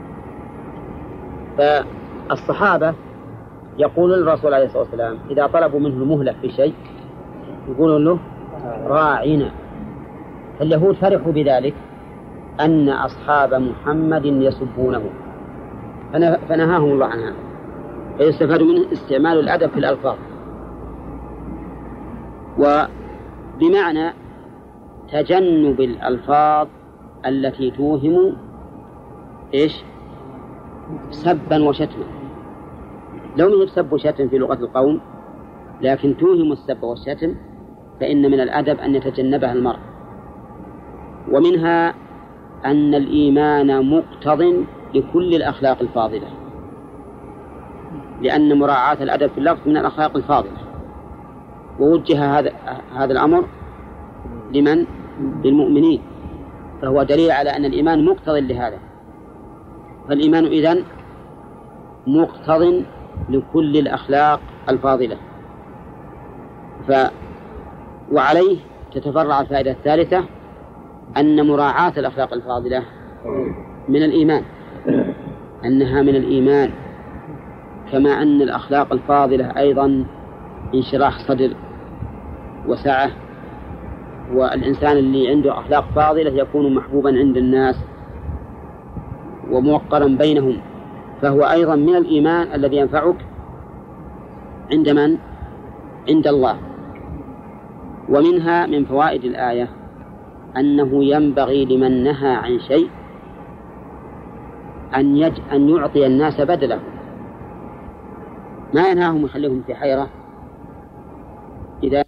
فالصحابة يقول للرسول عليه الصلاة والسلام إذا طلبوا منه المهلة في شيء يقولون له راعنا. فاليهود فرحوا بذلك أن أصحاب محمد يسبونه فنهاهم الله عنها. فيستفاد منه استعمال الأدب في الألفاظ، وبمعنى تجنب الألفاظ التي توهم إيش سبا وشتما. لو من السب وشتم في لغة القوم لكن توهم السب والشتم فإن من الأدب أن يتجنبها المرء. ومنها أن الإيمان مقتض لكل الأخلاق الفاضلة، لأن مراعاة الأدب في اللفظ من الأخلاق الفاضلة. ووجه هذا هذا الأمر لمن؟ للمؤمنين، فهو دليل على أن الإيمان مقتض لهذا. فالإيمان إذن مقتض لكل الأخلاق الفاضلة. ف وعليه تتفرع الفائدة الثالثة أن مراعاة الأخلاق الفاضلة من الإيمان، أنها من الإيمان، كما أن الأخلاق الفاضلة أيضا انشراح صدر وسعة. والإنسان اللي عنده أخلاق فاضلة يكون محبوبا عند الناس وموقرا بينهم، فهو أيضا من الإيمان الذي ينفعك عند من؟ عند الله. ومنها من فوائد الآية أنه ينبغي لمن نهى عن شيء أن, يج... أن يعطي الناس بدله، ما ينهاهم ويخليهم في حيرة. إذا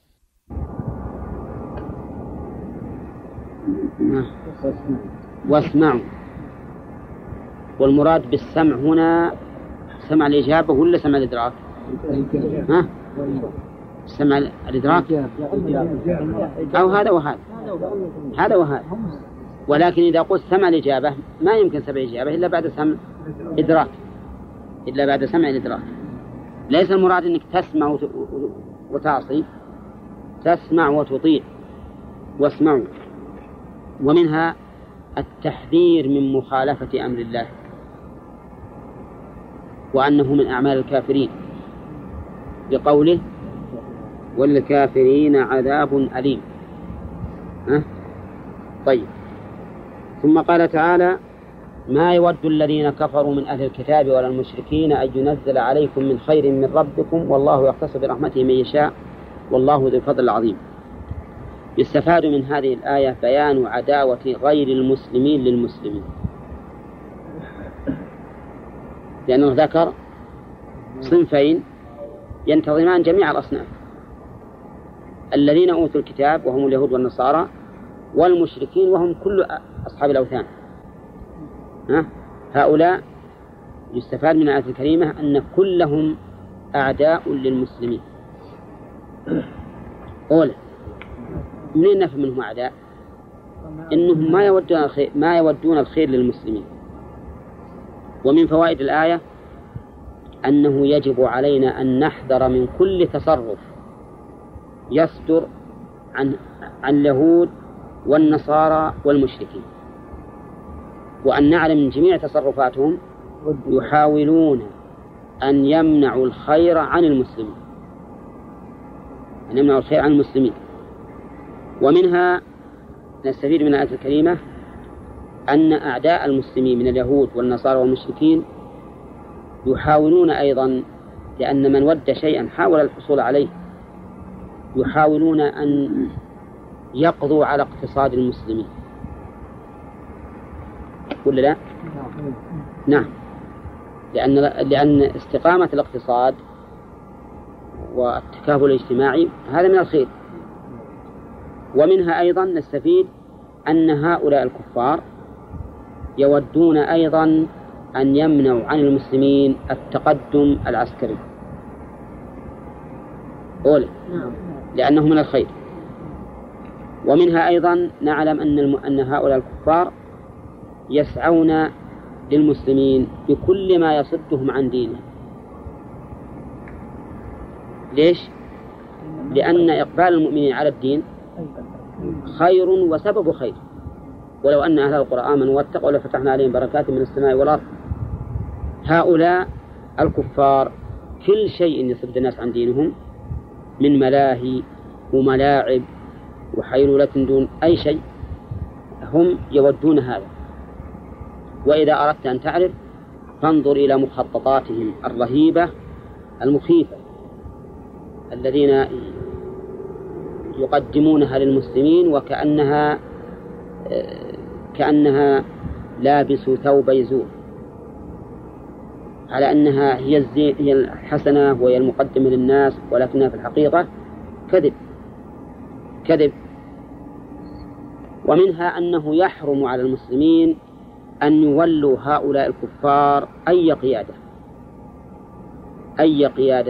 واسمعوا، والمراد بالسمع هنا سمع الإجابة ولا سمع الإدراك؟ ها؟ سمع الإدراك أو هذا وهذا، هذا وهذا. ولكن إذا قلت سمع الإجابة ما يمكن سمع الإجابة إلا بعد سمع إدراك، إلا بعد سمع الإدراك. ليس المراد أنك تسمع وتعصي، تسمع وتطيع. واسمعوا. ومنها التحذير من مخالفة أمر الله، وأنه من أعمال الكافرين، بقوله والكافرين عذاب أليم. أه؟ طيب. ثم قال تعالى ما يود الذين كفروا من أهل الكتاب ولا المشركين أن ينزل عليكم من خير من ربكم والله يختص برحمته من يشاء والله ذو الفضل العظيم. يستفاد من هذه الآية بيان عداوة غير المسلمين للمسلمين، لأنه ذكر صنفين ينتظمان جميع الأصناف: الذين أوتوا الكتاب وهم اليهود والنصارى، والمشركين وهم كل أصحاب الأوثان. ها؟ هؤلاء يستفاد من الآية الكريمة أن كلهم أعداء للمسلمين. أولا منين نفهم منهم أعداء؟ إنهم ما يودون الخير، ما يودون الخير للمسلمين. ومن فوائد الآية أنه يجب علينا أن نحذر من كل تصرف يصدر عن عن اليهود والنصارى والمشركين، وأن نعلم من جميع تصرفاتهم يحاولون أن يمنعوا الخير عن المسلمين، أن يمنعوا الخير عن المسلمين. ومنها نستفيد من الآية الكريمة أن أعداء المسلمين من اليهود والنصارى والمشركين يحاولون أيضا، لأن من ود شيئا حاول الحصول عليه، يحاولون أن يقضوا على اقتصاد المسلمين، ولا لا؟ نعم، لأن لأن استقامة الاقتصاد والتكافل الاجتماعي هذا من الخير. ومنها أيضا نستفيد أن هؤلاء الكفار يودون أيضا أن يمنعوا عن المسلمين التقدم العسكري، أولا لأنه من الخير. ومنها أيضا نعلم أن أن هؤلاء الكفار يسعون للمسلمين بكل ما يصدهم عن دينهم. ليش؟ لأن إقبال المؤمنين على الدين خير وسبب خير. ولو أن أهل القرى آمنوا واتقوا لفتحنا عليهم بركات من السماء والأرض. هؤلاء الكفار كل شيء يصد الناس عن دينهم من ملاهي وملاعب وحيلولة دون أي شيء هم يودون هذا. وإذا أردت أن تعرف فانظر إلى مخططاتهم الرهيبة المخيفة الذين يقدمونها للمسلمين وكأنها كأنها لابس ثوب يزور، على أنها هي الزي هي الحسنة وهي المقدمة للناس، ولكنها في الحقيقة كذب كذب. ومنها أنه يحرم على المسلمين أن يولوا هؤلاء الكفار أي قيادة أي قيادة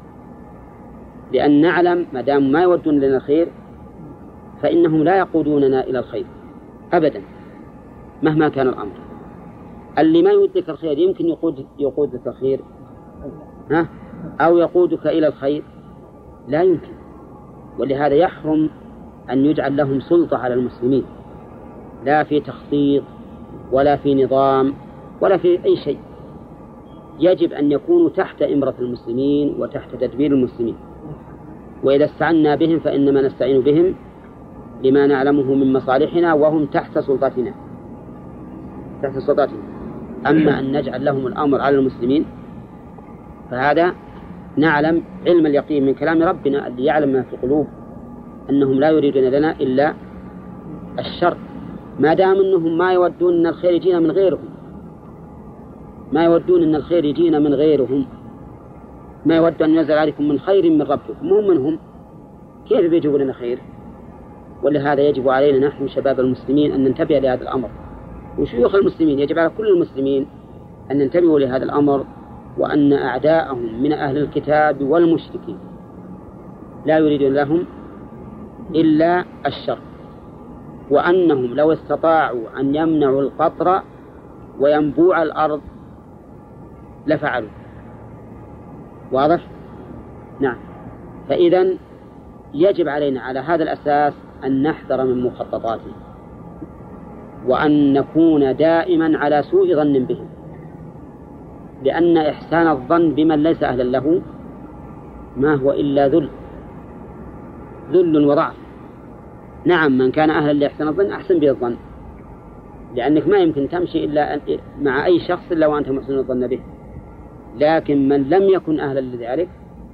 لأن نعلم ما دام ما يودون لنا الخير فإنهم لا يقودوننا إلى الخير أبدا مهما كان الأمر. اللي ما يودك الخير يمكن يقود يقودك الخير ها أو يقودك إلى الخير لا يمكن. ولهذا يحرم أن يجعل لهم سلطة على المسلمين لا في تخطيط ولا في نظام ولا في أي شيء. يجب أن يكونوا تحت إمرة المسلمين وتحت تدبير المسلمين. وإذا استعنا بهم فإنما نستعين بهم لما نعلمه من مصالحنا وهم تحت سلطتنا تحت سلطتنا. أما أن نجعل لهم الأمر على المسلمين فهذا نعلم علم اليقين من كلام ربنا اللي يعلم ما في القلوب أنهم لا يريدون لنا إلا الشر، ما دام أنهم ما يودون أن الخير يجينا من غيرهم ما يودون أن الخير يجينا من غيرهم ما يود أن ينزل عليكم من خير من ربكم هم منهم كيف بيجوا لنا خير؟ ولهذا يجب علينا نحن شباب المسلمين أن ننتبه لهذا الأمر، وشيوخ المسلمين يجب على كل المسلمين أن ننتبهوا لهذا الأمر، وأن أعداءهم من أهل الكتاب والمشركين لا يريدون لهم إلا الشر، وأنهم لو استطاعوا أن يمنعوا القطر وينبوع الأرض لفعلوا. واضح؟ نعم. فإذن يجب علينا على هذا الأساس أن نحذر من مخططاتهم وأن نكون دائما على سوء ظن بهم، لأن إحسان الظن بمن ليس أهلا له ما هو إلا ذل ذل وضعف. نعم من كان أهلا لإحسان الظن أحسن به الظن، لأنك ما يمكن تمشي إلا مع أي شخص إلا وأنت محسن الظن به، لكن من لم يكن أهلا لذلك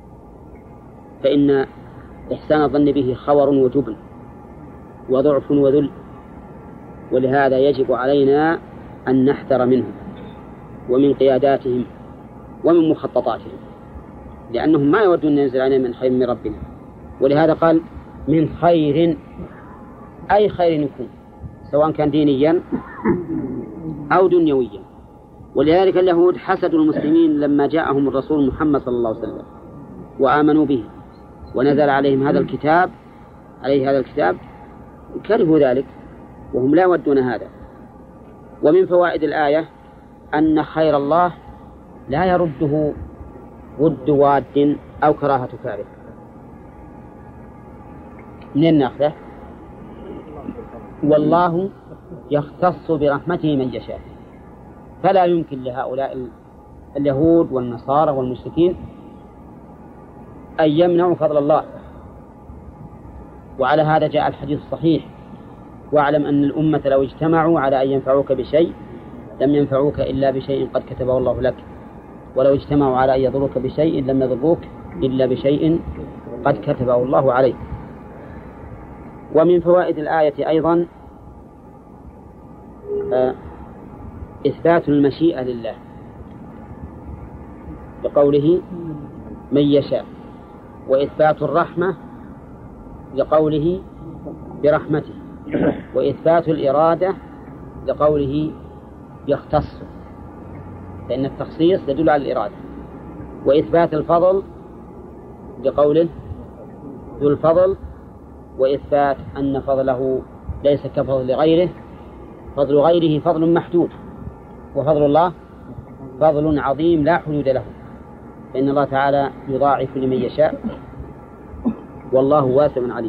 فإن إحسان الظن به خور وجبن وضعف وذل. ولهذا يجب علينا أن نحذر منهم ومن قياداتهم ومن مخططاتهم، لأنهم ما يودون أن ينزل علينا من خير من ربنا. ولهذا قال من خير أي خير يكون سواء كان دينيا أو دنيويا. ولذلك اليهود حسدوا المسلمين لما جاءهم الرسول محمد صلى الله عليه وسلم وآمنوا به ونزل عليهم هذا الكتاب عليه هذا الكتاب كرهوا ذلك وهم لا يودون هذا. ومن فوائد الآية أن خير الله لا يرده ود واد أو كراهة كاره. منين نأخذه؟ والله يختص برحمته من يشاء، فلا يمكن لهؤلاء اليهود والنصارى والمشركين أن يمنعوا فضل الله. وعلى هذا جاء الحديث الصحيح واعلم أن الأمة لو اجتمعوا على أن ينفعوك بشيء لم ينفعوك إلا بشيء قد كتبه الله لك، ولو اجتمعوا على أن يضروك بشيء لم يضروك إلا بشيء قد كتبه الله عليك. ومن فوائد الآية أيضا إثبات المشيئة لله بقوله من يشاء، وإثبات الرحمة لقوله برحمته، وإثبات الإرادة لقوله يختص، لأن التخصيص يدل على الإرادة، وإثبات الفضل لقوله ذو الفضل، وإثبات أن فضله ليس كفضل غيره، فضل غيره فضل محدود وفضل الله فضل عظيم لا حدود له، فإن الله تعالى يضاعف لمن يشاء والله واسع عليم.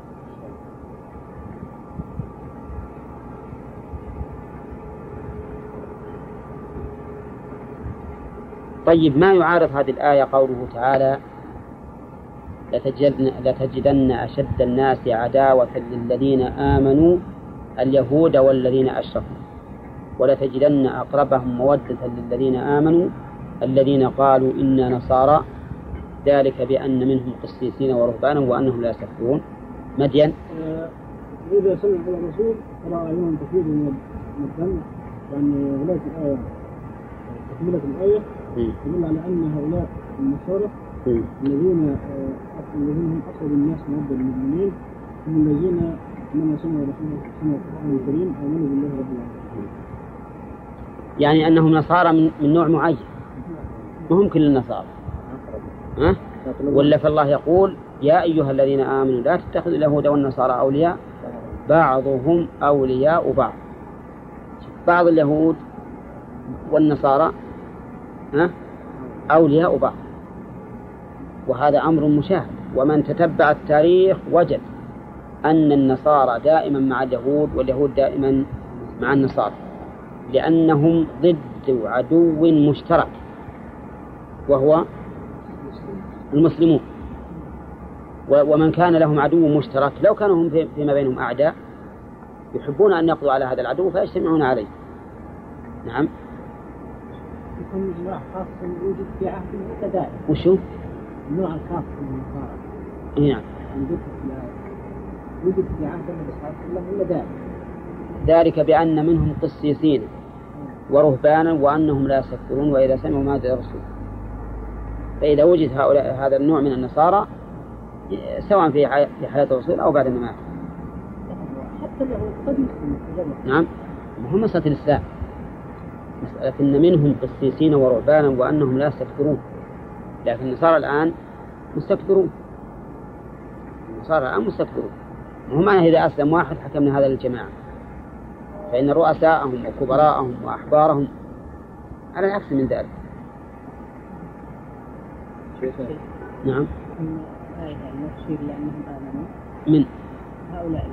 طيب، ما يعارض هذه الآية قوله تعالى لتجدن, لتجدن أشد الناس عداوة للذين آمنوا اليهود والذين أشركوا ولتجدن أقربهم مودة للذين آمنوا الذين قالوا إنا نصارى ذلك بأن منهم قسيسين ورهبانا وأنهم لا يستكبرون. مدين إذا سمع على الرسول رأى أيهم كثير من الدم، لأن ولاة الآية تكملة الآية تدل على أن هؤلاء النصارى الذين الذين هم أقرب الناس مودة للمؤمنين هم الذين من سمعوا رسول سمعوا القرآن الكريم آمنوا بالله رب العالمين. يعني أنهم نصارى من, من نوع معين، وهم كل النصارى. ها؟ ولا فالله يقول يا أيها الذين آمنوا لا تتخذوا اليهود والنصارى أولياء بعضهم أولياء بعض. بعض اليهود والنصارى ها؟ أولياء بعض، وهذا أمر مشاهد. ومن تتبع التاريخ وجد أن النصارى دائما مع اليهود واليهود دائما مع النصارى، لأنهم ضد عدو مشترك وهو المسلمون. ومن كان لهم عدو مشترك لو كانوا هم فيما بينهم أعداء يحبون أن يقضوا على هذا العدو فيجتمعون عليه. نعم. يكون نوع خاص يوجد في عهد الكذائب. وشو؟ النوع الخاص من النصارى. نعم. يوجد في عهد النبي صلى الله عليه وسلم ولا دائم؟ ذلك بأن منهم قسيسين ورهبانا وأنهم لا يستكبرون وإذا سمعوا ما جاء الرسول. فإذا وجد هؤلاء هذا النوع من النصارى سواء في في حياة الرسول أو بعد ما مات. حتى لو قد يسلم. نعم. هم مسألة الإسلام، مسألة إن منهم قسيسين ورهبانا وأنهم لا يستكبرون، لكن النصارى الآن مستكبرون. النصارى الآن مستكبرون. وهم إذا أسلم واحد حكمنا هذا للجماعة، فإن رؤساءهم وكبراءهم وأحبارهم على العكس من ذلك. نعم. آية المشير لأنهم آمنوا من هؤلاء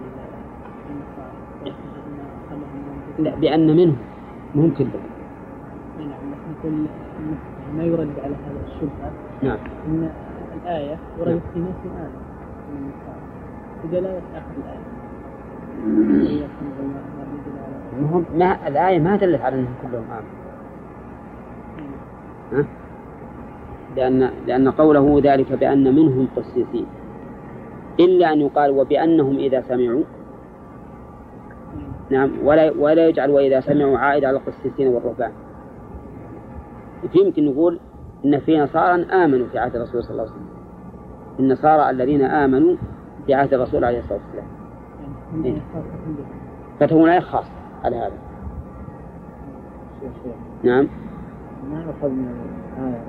لا بأن منهم ممكن نعم. لكن ما يرد على هذا الشبهة. نعم. إن الآية وردت في نفس الآية بدلالة آخر الآية. هم ما الآية ما دلت على أنهم كلهم آمنوا. ها؟ لأن لأن قوله ذلك بأن منهم قسيسين، إلا أن يقال وبأنهم إذا سمعوا. نعم. ولا ولا يجعل وإذا سمعوا عائد على القسيسين والرهبان. يمكن نقول إن في نصارى آمنوا في عهد الرسول صلى الله عليه وسلم، النصارى الذين آمنوا في عهد الرسول عليه الصلاة والسلام. إيه؟ فتكون آية خاصة على هذا. نعم. ما يؤخذ من الآية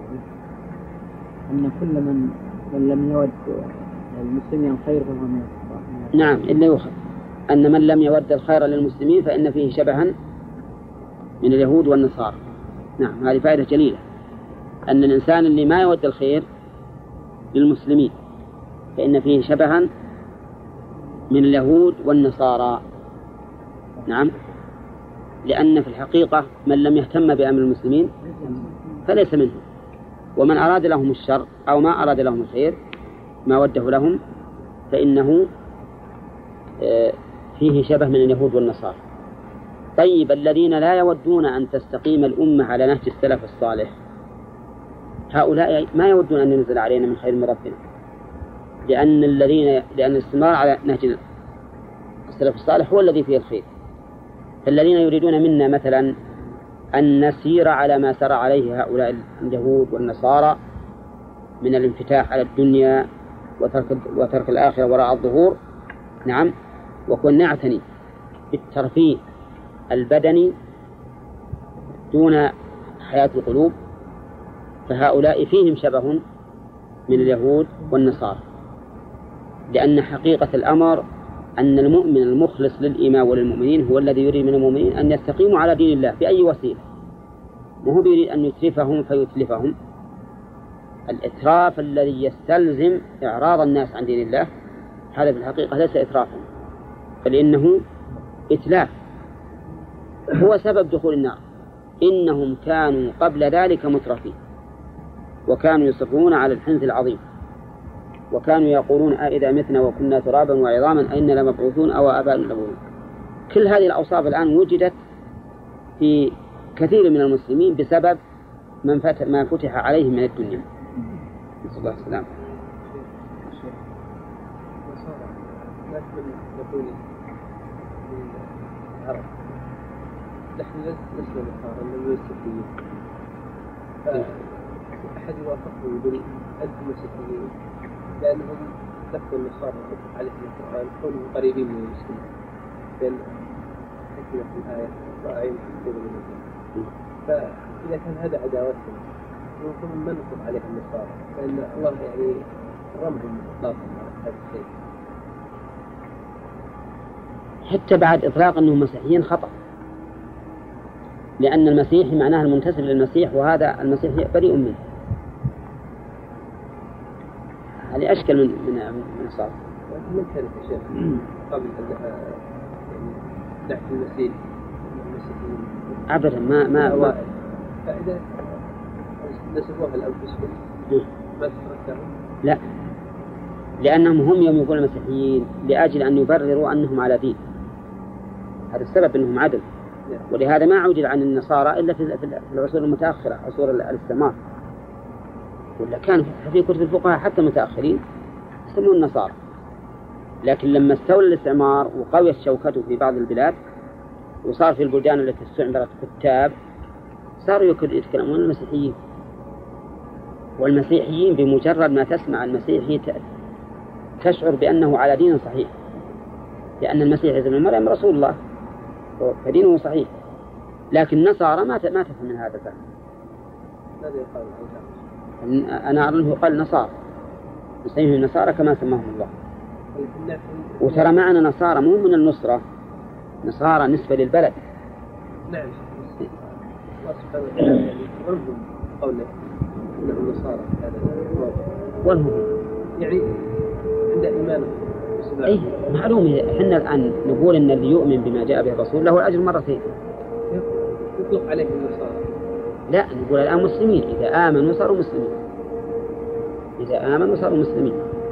أن كل من من لم يود المسلمين خير فهو من الكفار. نعم. إلا يؤخذ أن من لم يود الخير للمسلمين فإن فيه شبها من اليهود والنصارى. نعم. هذه فائدة جليلة، أن الإنسان اللي ما يود الخير للمسلمين فإن فيه شبها من اليهود والنصارى. نعم. لأن في الحقيقة من لم يهتم بأمر المسلمين فليس منهم، ومن أراد لهم الشر أو ما أراد لهم الخير ما وده لهم فإنه فيه شبه من اليهود والنصارى. طيب، الذين لا يودون أن تستقيم الأمة على نهج السلف الصالح هؤلاء ما يودون أن ينزل علينا من خير من ربنا، لأن الذين لأن الاستمرار على نهج السلف الصالح هو الذي فيه الخير. فالذين يريدون منا مثلا أن نسير على ما سار عليه هؤلاء اليهود والنصارى من الانفتاح على الدنيا وترك, وترك الآخرة وراء الظهور. نعم. وكن نعتني بالترفيه البدني دون حياة القلوب، فهؤلاء فيهم شبه من اليهود والنصارى، لأن حقيقة الأمر أن المؤمن المخلص للإيمان وللمؤمنين هو الذي يريد من المؤمنين أن يستقيموا على دين الله بأي وسيلة، وهو يريد أن يتلفهم فيتلفهم الإتراف الذي يستلزم إعراض الناس عن دين الله هذا في الحقيقة ليس إترافا، بل إنه إتلاف، هو سبب دخول النار. إنهم كانوا قبل ذلك مترفين وكانوا يصرون على الحنث العظيم، وكانوا يقولون أئذا متنا وكنا ترابا وعظاما أئنا لمبعوثون أو آباؤنا الأولون. كل هذه الأوصاف الآن وجدت في كثير من المسلمين بسبب من فتح ما فتح عليهم من الدنيا. نسأل الله السلامة. نحن لسنا نصارى من المسيحيين، فأحد يوافقه ويقول أنتم مسيحيين لأنهم لفوا النصارى عليهم القرآن كونوا قريبين من المسلمين، لأن حكمة في الآية رأيهم كثيرا من المسلمين. فإذا كان هذا عداوتهم يمكن من نصب عليهم النصارى، لأن الله يعني رمهم إطلاقا هذا الشيء. حتى بعد إطلاق أنهم مسيحيين خطأ، لأن المسيح معناه المنتسب للمسيح، وهذا المسيح بريء منه. هذه أشكل من من من الصلاة. من كانت الشيخ قبل أن نحن المسيح المسيحيين أبدا ما ما, ما فإذا نسبوها لأنفسهم ما تفرقهم. لا، لأنهم هم يوم يقولون المسيحيين لأجل أن يبرروا أنهم على دين، هذا السبب أنهم عدل. ولهذا ما عودل عن النصارى إلا في العصور المتأخرة، عصور الاستعمار، ولا كان في كتب الفقهاء حتى متأخرين يسمون النصارى. لكن لما استولى الاستعمار وقويت شوكته في بعض البلاد وصار في البلدان التي استعمرت كتاب صاروا يتكلمون المسيحيين. والمسيحيين بمجرد ما تسمع المسيحي تشعر بأنه على دين صحيح، لأن المسيح ابن مريم رسول الله فدينه صحيح. لكن النصارى ما ما تفهم من هذا الفهم. أنا أظنه قال نصارى، نسميهم النصارى كما سماهم الله. وترى معنا نصارى مو من النصرة، نصارى نسبة للبلد. نعم. ولهم قوله إنهم نصارى هذا ولهم يعني عند إيمانهم. أي معلوم. إحنا الآن نقول إن اللي يؤمن بما جاء به الرسول له الأجر مرتين. يطلق عليهم النصارى. لا، نقول الآن مسلمين، إذا آمنوا صاروا مسلمين، إذا آمنوا صاروا مسلمين.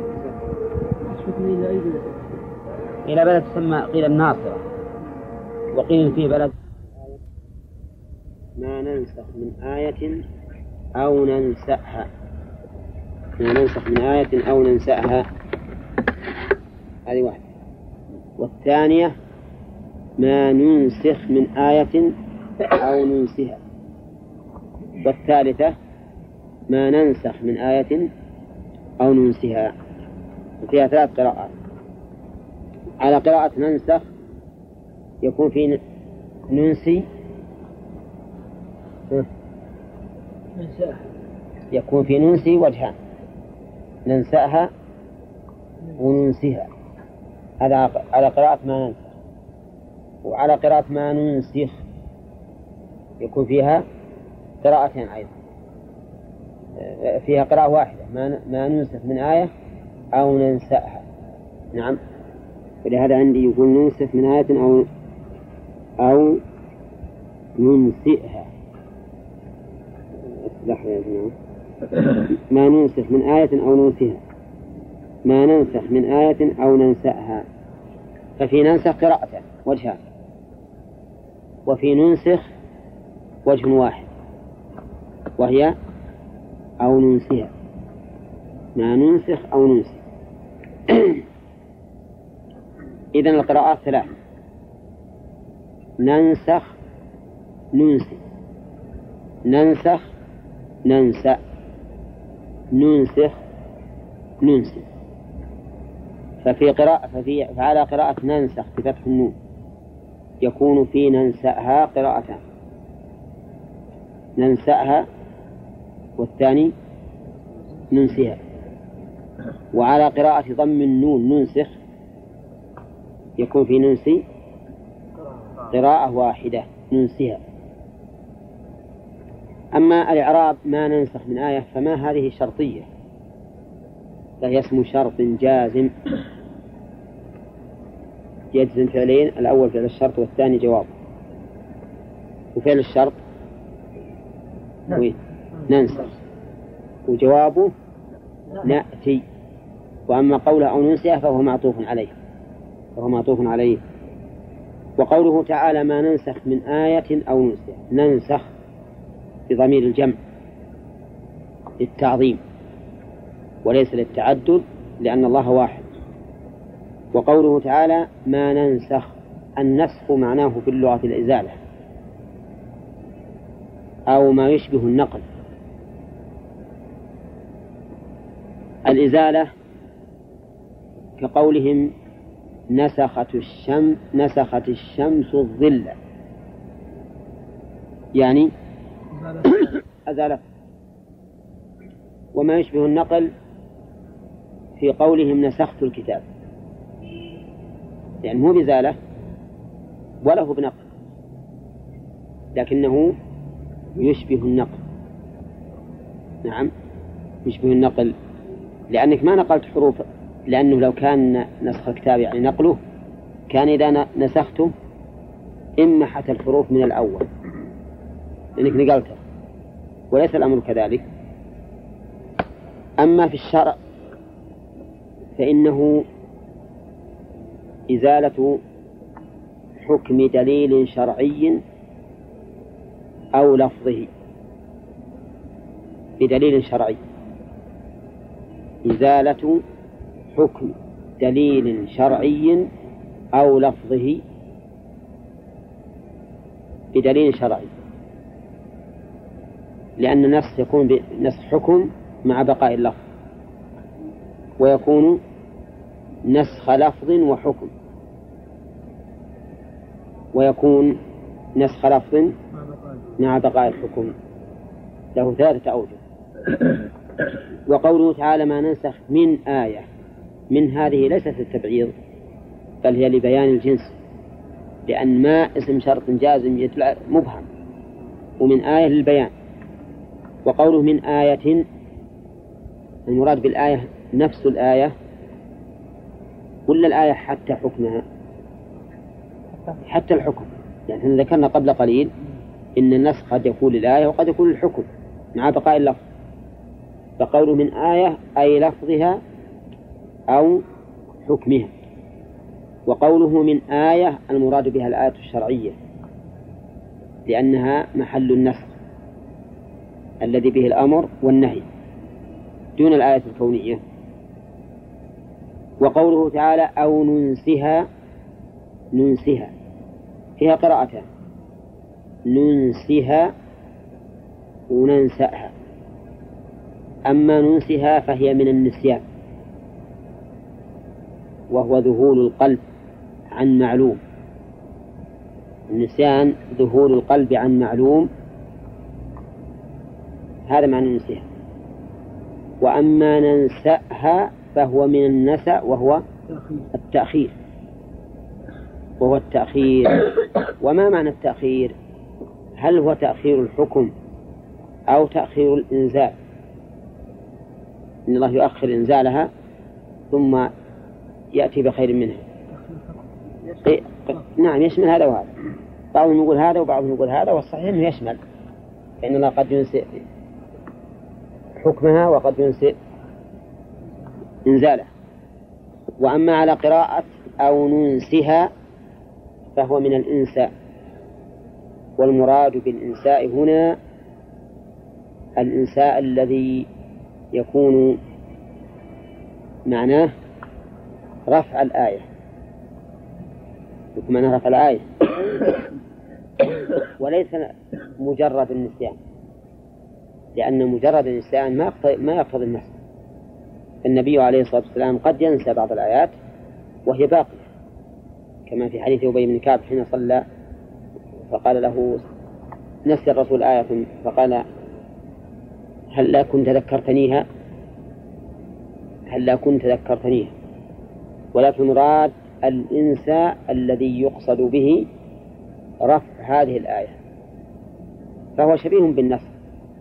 إلى بلد تسمى قيل الناصرة، وقيل في بلد ما ننسخ من آية أو ننسأها، ما ننسخ من آية أو ننسأها، هذه واحدة. والثانية ما ننسخ من آية أو ننسها. والثالثة ما ننسخ من آية أو ننسها. فيها ثلاث قراءات. على قراءة ننسخ يكون في ننسي يكون في ننسي وجهان، ننسأها وننسيها، هذا على قراءة ما ننسخ. وعلى قراءة ما ننسخ يكون فيها قراءتين أيضا، فيها قراءة واحدة ما ننسخ من آية أو ننسأها. نعم. ولهذا عندي يقول ننسخ من آية أو أو ننسئها. لحظة يا جماعة. ما ننسخ من آية أو ننسها، ما ننسخ من آية أو ننسأها. ففي ننسخ قراءتان وجهان، وفي ننسخ وجه واحد وهي أو ننسها، ما ننسخ أو ننسي. إذن القراءات ثلاث: ننسخ ننسي، ننسخ ننسى، ننسخ ننسي. ففي قراءة ففي فعلى قراءة ننسخ بفتح النون يكون في ننسأها قراءتان، ننسأها والثاني ننسيها. وعلى قراءة ضم النون ننسخ يكون في ننسي قراءة واحدة ننسيها. أما الإعراب ما ننسخ من آية فما هذه شرطية، فهي اسم شرط جازم يجزم فعلين، الأول فعل الشرط والثاني جواب. وفعل الشرط ننسخ وجوابه نأتي. وأما قوله أو ننسيه فهو معطوف عليه فهو معطوف عليه. وقوله تعالى ما ننسخ من آية أو ننسيه، ننسخ بضمير الجمع للتعظيم وليس للتعدد لأن الله واحد. وقوله تعالى ما ننسخ، النسخ معناه في اللغة الإزالة أو ما يشبه النقل. الإزالة كقولهم نسخت الشمس نسخت الشمس الظل، يعني أزالت. وما يشبه النقل في قولهم نسخت الكتاب، يعني مو بإزالة ولا هو بنقل لكنه يشبه النقل. نعم يشبه النقل لأنك ما نقلت حروف، لأنه لو كان نسخ الكتاب يعني نقله كان إذا نسخته إما حتى الحروف من الأول لأنك نقلته، وليس الأمر كذلك. أما في الشرع فإنه إزالة حكم دليل شرعي أو لفظه بدليل شرعي، إزالة حكم دليل شرعي أو لفظه بدليل شرعي، لأن النسخ يكون بنسخ حكم مع بقاء اللفظ، ويكون نسخ لفظ وحكم، ويكون نسخ لفظ مع بقاء الحكم، له ثلاثة أوجه. وقوله تعالى ما ننسخ من آية، من هذه ليست للتبعيض بل هي لبيان الجنس، لأن ما اسم شرط جازم مبهم، ومن آية للبيان. وقوله من آية المراد بالآية نفس الآية ولا الآية حتى حكمها؟ حتى الحكم، يعني احنا ذكرنا قبل قليل إن النسخ قد يكون للآية وقد يكون للحكم مع بقاء اللفظ، فقوله من آية أي لفظها أو حكمها. وقوله من آية المراد بها الآية الشرعية لأنها محل النسخ الذي به الأمر والنهي دون الآية الكونية. وقوله تعالى أو ننسها، ننسها فيها قراءتان، ننسها وننسأها. أما ننسها فهي من النسيان، وهو ذهول القلب عن معلوم. النسيان ذهول القلب عن معلوم، هذا معنى ننسها. وأما ننسأها فهو من النسأ وهو التأخير وهو التأخير. وما معنى التأخير؟ هل هو تأخير الحكم أو تأخير الإنزال؟ إن الله يؤخر إنزالها ثم يأتي بخير منها. إيه؟ نعم يشمل هذا وهذا، بعضهم يقول هذا وبعضهم يقول هذا، والصحيح أنه يشمل، فإن الله قد ينسئ حكمها وقد ينسئ إنزالها. وأما على قراءة أو ننسها فهو من الإنساء، والمراد بالإنساء هنا الإنساء الذي يكون معناه رفع الآية، يكون معناه رفع الآية وليس مجرد النسيان، لأن مجرد النسيان ما ما يقتضي النسخ. النبي عليه الصلاة والسلام قد ينسى بعض الآيات وهي باقية، كما في حديث أبي بن كعب حين صلى فقال له نسي الرسول آية فقال هل لا كنت ذكرتنيها هل لا كنت ذكرتنيها ولكن مراد الإنساء الذي يقصد به رفع هذه الآية، فهو شبيه بالنسخ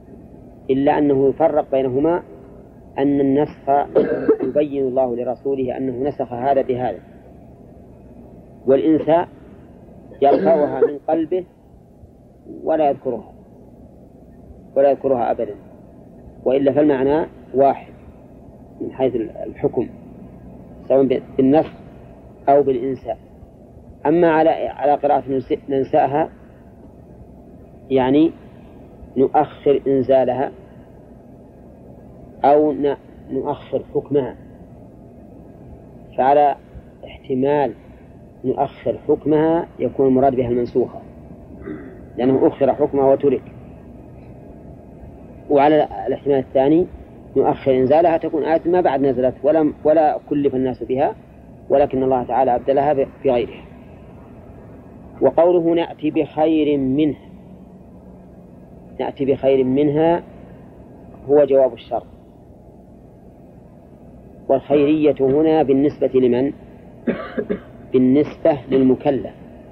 إلا أنه يفرق بينهما أن النسخ يبين الله لرسوله أنه نسخ هذا بهذا، والإنساء يرفعها من قلبه ولا يذكرها ولا يذكرها أبدا، وإلا فالمعنى واحد من حيث الحكم سواء بالنسخ أو بالإنساء. أما على على قراءة ننساها يعني نؤخر إنزالها أو نؤخر حكمها، فعلى احتمال نؤخر حكمها يكون المراد بها المنسوخة لأنه أخر حكمها وترك، وعلى الاحتمال الثاني نؤخر إنزالها تكون آية ما بعد نزلت ولا ولا كلف الناس بها ولكن الله تعالى أبدلها في غيرها. وقوله نأتي بخير منها، نأتي بخير منها هو جواب الشرط، والخيرية هنا بالنسبة لمن؟ بالنسبة للمكلف.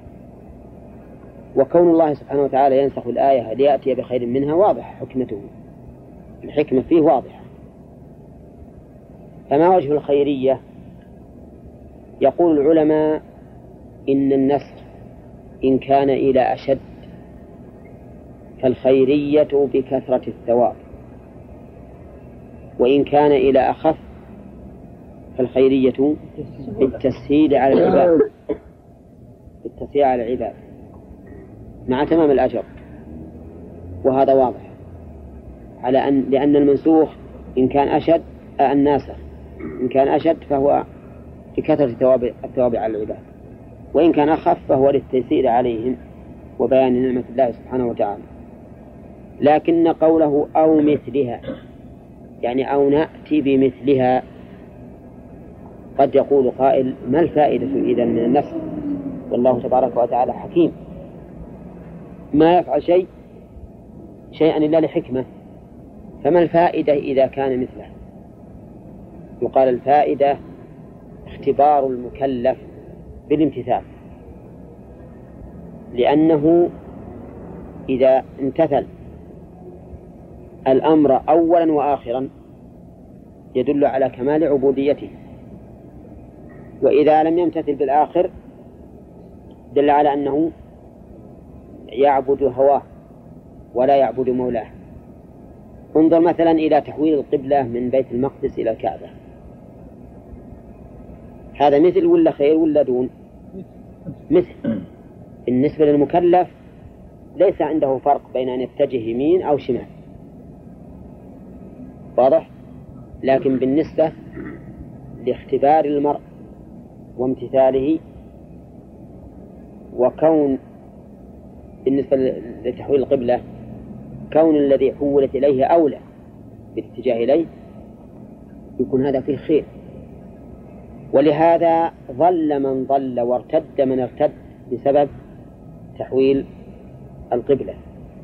وكون الله سبحانه وتعالى ينسخ الآية ليأتي بخير منها واضح حكمته، الحكمة فيه واضحة. فما وجه الخيرية؟ يقول العلماء إن النسخ إن كان إلى أشد فالخيرية بكثرة الثواب، وإن كان إلى أخف فالخيرية بالتسهيل على العباد، بالتسهيل على العباد مع تمام الأجر. وهذا واضح على أن لأن المنسوخ إن كان أشد الناسخ إن كان أشد فهو بكثرة الثواب الثواب على العباد، وإن كان أخف فهو للتيسير عليهم وبيان نعمة الله سبحانه وتعالى. لكن قوله أو مثلها يعني أو نأتي بمثلها، قد يقول قائل ما الفائدة إذن من النسخ؟ والله تبارك وتعالى حكيم ما يفعل شيء شيئا إلا لحكمة، فما الفائدة إذا كان مثله؟ يقال الفائدة اختبار المكلف بالامتثال، لأنه إذا امتثل الأمر أولا وآخرا يدل على كمال عبوديته، وإذا لم يمتثل بالآخر دل على أنه يعبد هواه ولا يعبد مولاه. انظر مثلا إلى تحويل القبلة من بيت المقدس إلى الكعبة، هذا مثل ولا خير ولا دون؟ مثل. بالنسبة للمكلف ليس عنده فرق بين أن يتجه يمين أو شمال، واضح؟ لكن بالنسبة لاختبار المرء وامتثاله، وكون بالنسبة لتحويل القبلة كون الذي حولت إليه أولى بالاتجاه إليه يكون هذا فيه خير. ولهذا ضل من ضل وارتد من ارتد بسبب تحويل القبلة.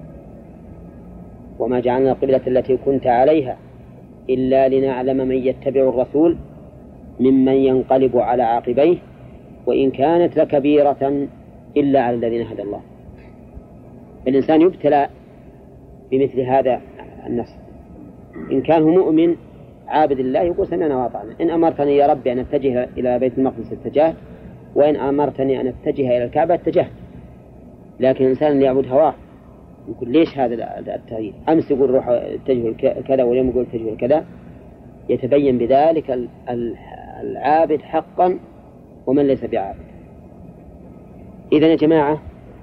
وما جعلنا القبلة التي كنت عليها إلا لنعلم من يتبع الرسول ممن ينقلب على عاقبيه وإن كانت لكبيرة إلا على الذين هدى الله. الإنسان يبتلى بمثل هذا النص، إن كان هو مؤمن عابد الله يقول سمعنا وأطعنا، إن أمرتني يا ربي أن أتجه إلى بيت المقدس اتجهت، وإن أمرتني أن أتجه إلى الكعبة اتجهت. لكن الإنسان اللي يعبد هواه يقول ليش هذا التغيير؟ أمس يقول روح اتجه كذا واليوم يقول اتجه كذا، يتبين بذلك العابد حقا ومن ليس بعابد. إذن يا جماعة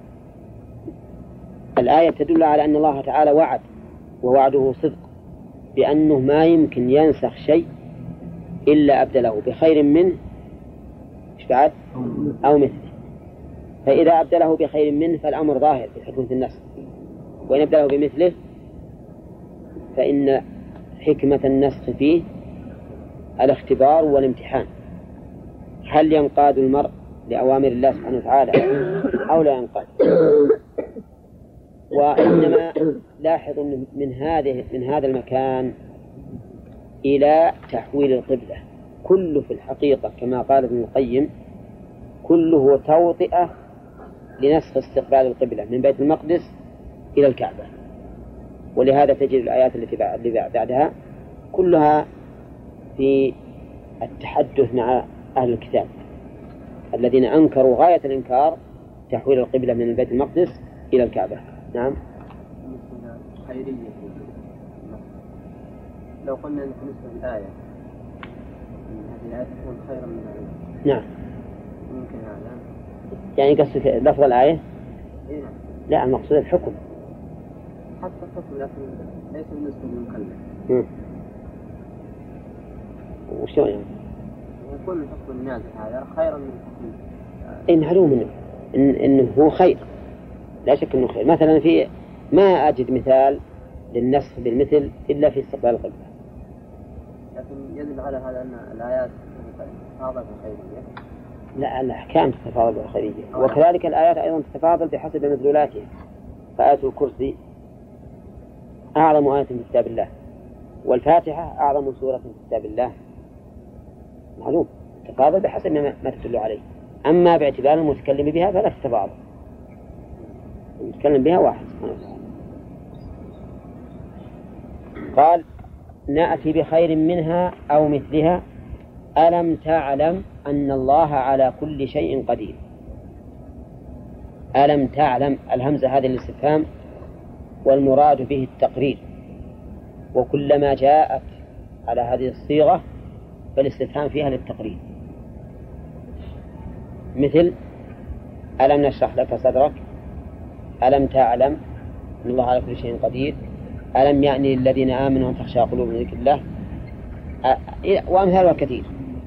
الآية تدل على أن الله تعالى وعد ووعده صدق بأنه ما يمكن ينسخ شيء إلا أبدله بخير منه بعد أو مثله. فإذا أبدله بخير منه فالأمر ظاهر في حكمة النسخ، وإن أبدله بمثله فإن حكمة النسخ فيه الاختبار والامتحان، هل ينقاد المرء لأوامر الله سبحانه وتعالى أو لا ينقاد. وإنما لاحظ من هذه من هذا المكان إلى تحويل القبلة كله في الحقيقة كما قال ابن القيم كله توطئة لنسخ استقبال القبلة من بيت المقدس إلى الكعبة، ولهذا تجد الآيات التي بعدها كلها في التحدث مع أهل الكتاب الذين أنكروا غاية الإنكار تحويل القبلة من البيت المقدس إلى الكعبة. نعم. خيرية. لو قلنا أن بالنسبة للآية هذه الآية تكون خيرا من الآية. نعم. ممكن هذا. يعني قصدك لفظ الآية؟ إيه نعم. لا، المقصود الحكم. حتى الحكم لكن ليس بالنسبة للمكلف. امم. وشو يعني؟ يكون الحكم النازل هذا خيرا من الحكم. إن معلوم إنه إن إنه هو خير، لا شك إنه خير. مثلا في ما أجد مثال للنسخ بالمثل إلا في استقبال القبلة. لكن يدل على هذا أن الآيات تتفاضل بالخيرية. لا، الأحكام تتفاضل بالخيرية، وكذلك الآيات أيضا تتفاضل بحسب نزولاتها. فآية الكرسي أعظم آية في كتاب الله، والفاتحة أعظم سورة في كتاب الله. معلوم تتفاضل بحسب ما تدل عليه. أما باعتبار المتكلم بها فلا تتفاضل، المتكلم بها واحد. قال نأتي بخير منها أو مثلها ألم تعلم أن الله على كل شيء قدير. ألم تعلم، الهمزة هذه الاستفهام والمراد به التقرير، وكلما جاءت على هذه الصيغة فالاستفهام فيها للتقرير. مثل ألم نشرح لك صدرك، ألم تعلم أن الله على كل شيء قدير، ألم يعني الذين آمنوا أن تخشى قلوبهم لذكر الله، وأمثالها كثير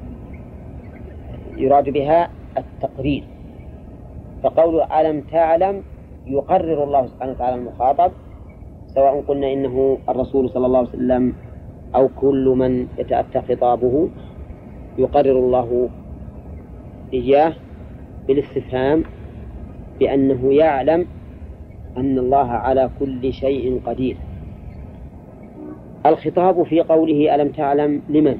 يراد بها التقرير. فقول ألم تعلم يقرر الله سبحانه وتعالى المخاطب، سواء قلنا إنه الرسول صلى الله عليه وسلم أو كل من يتأتى خطابه، يقرر الله إياه بالاستفهام بأنه يعلم أن الله على كل شيء قدير. الخطاب في قوله ألم تعلم لمن؟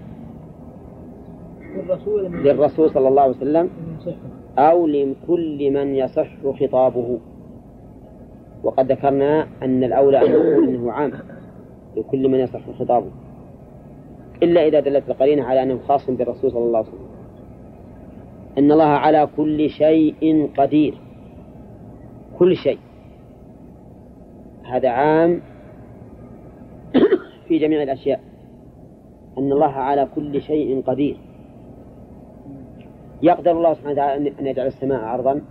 للرسول صلى الله عليه وسلم أو لكل من يصح خطابه. وقد ذكرنا أن الأولى أن نقول إنه عام لكل من يصح خطابه، إلا إذا دلت القرينة على أنه خاص بالرسول صلى الله عليه وسلم. أن الله على كل شيء قدير، كل شيء هذا عام في جميع الأشياء. أن الله على كل شيء قدير. يقدر الله سبحانه وتعالى أن يجعل السماء عرضا؟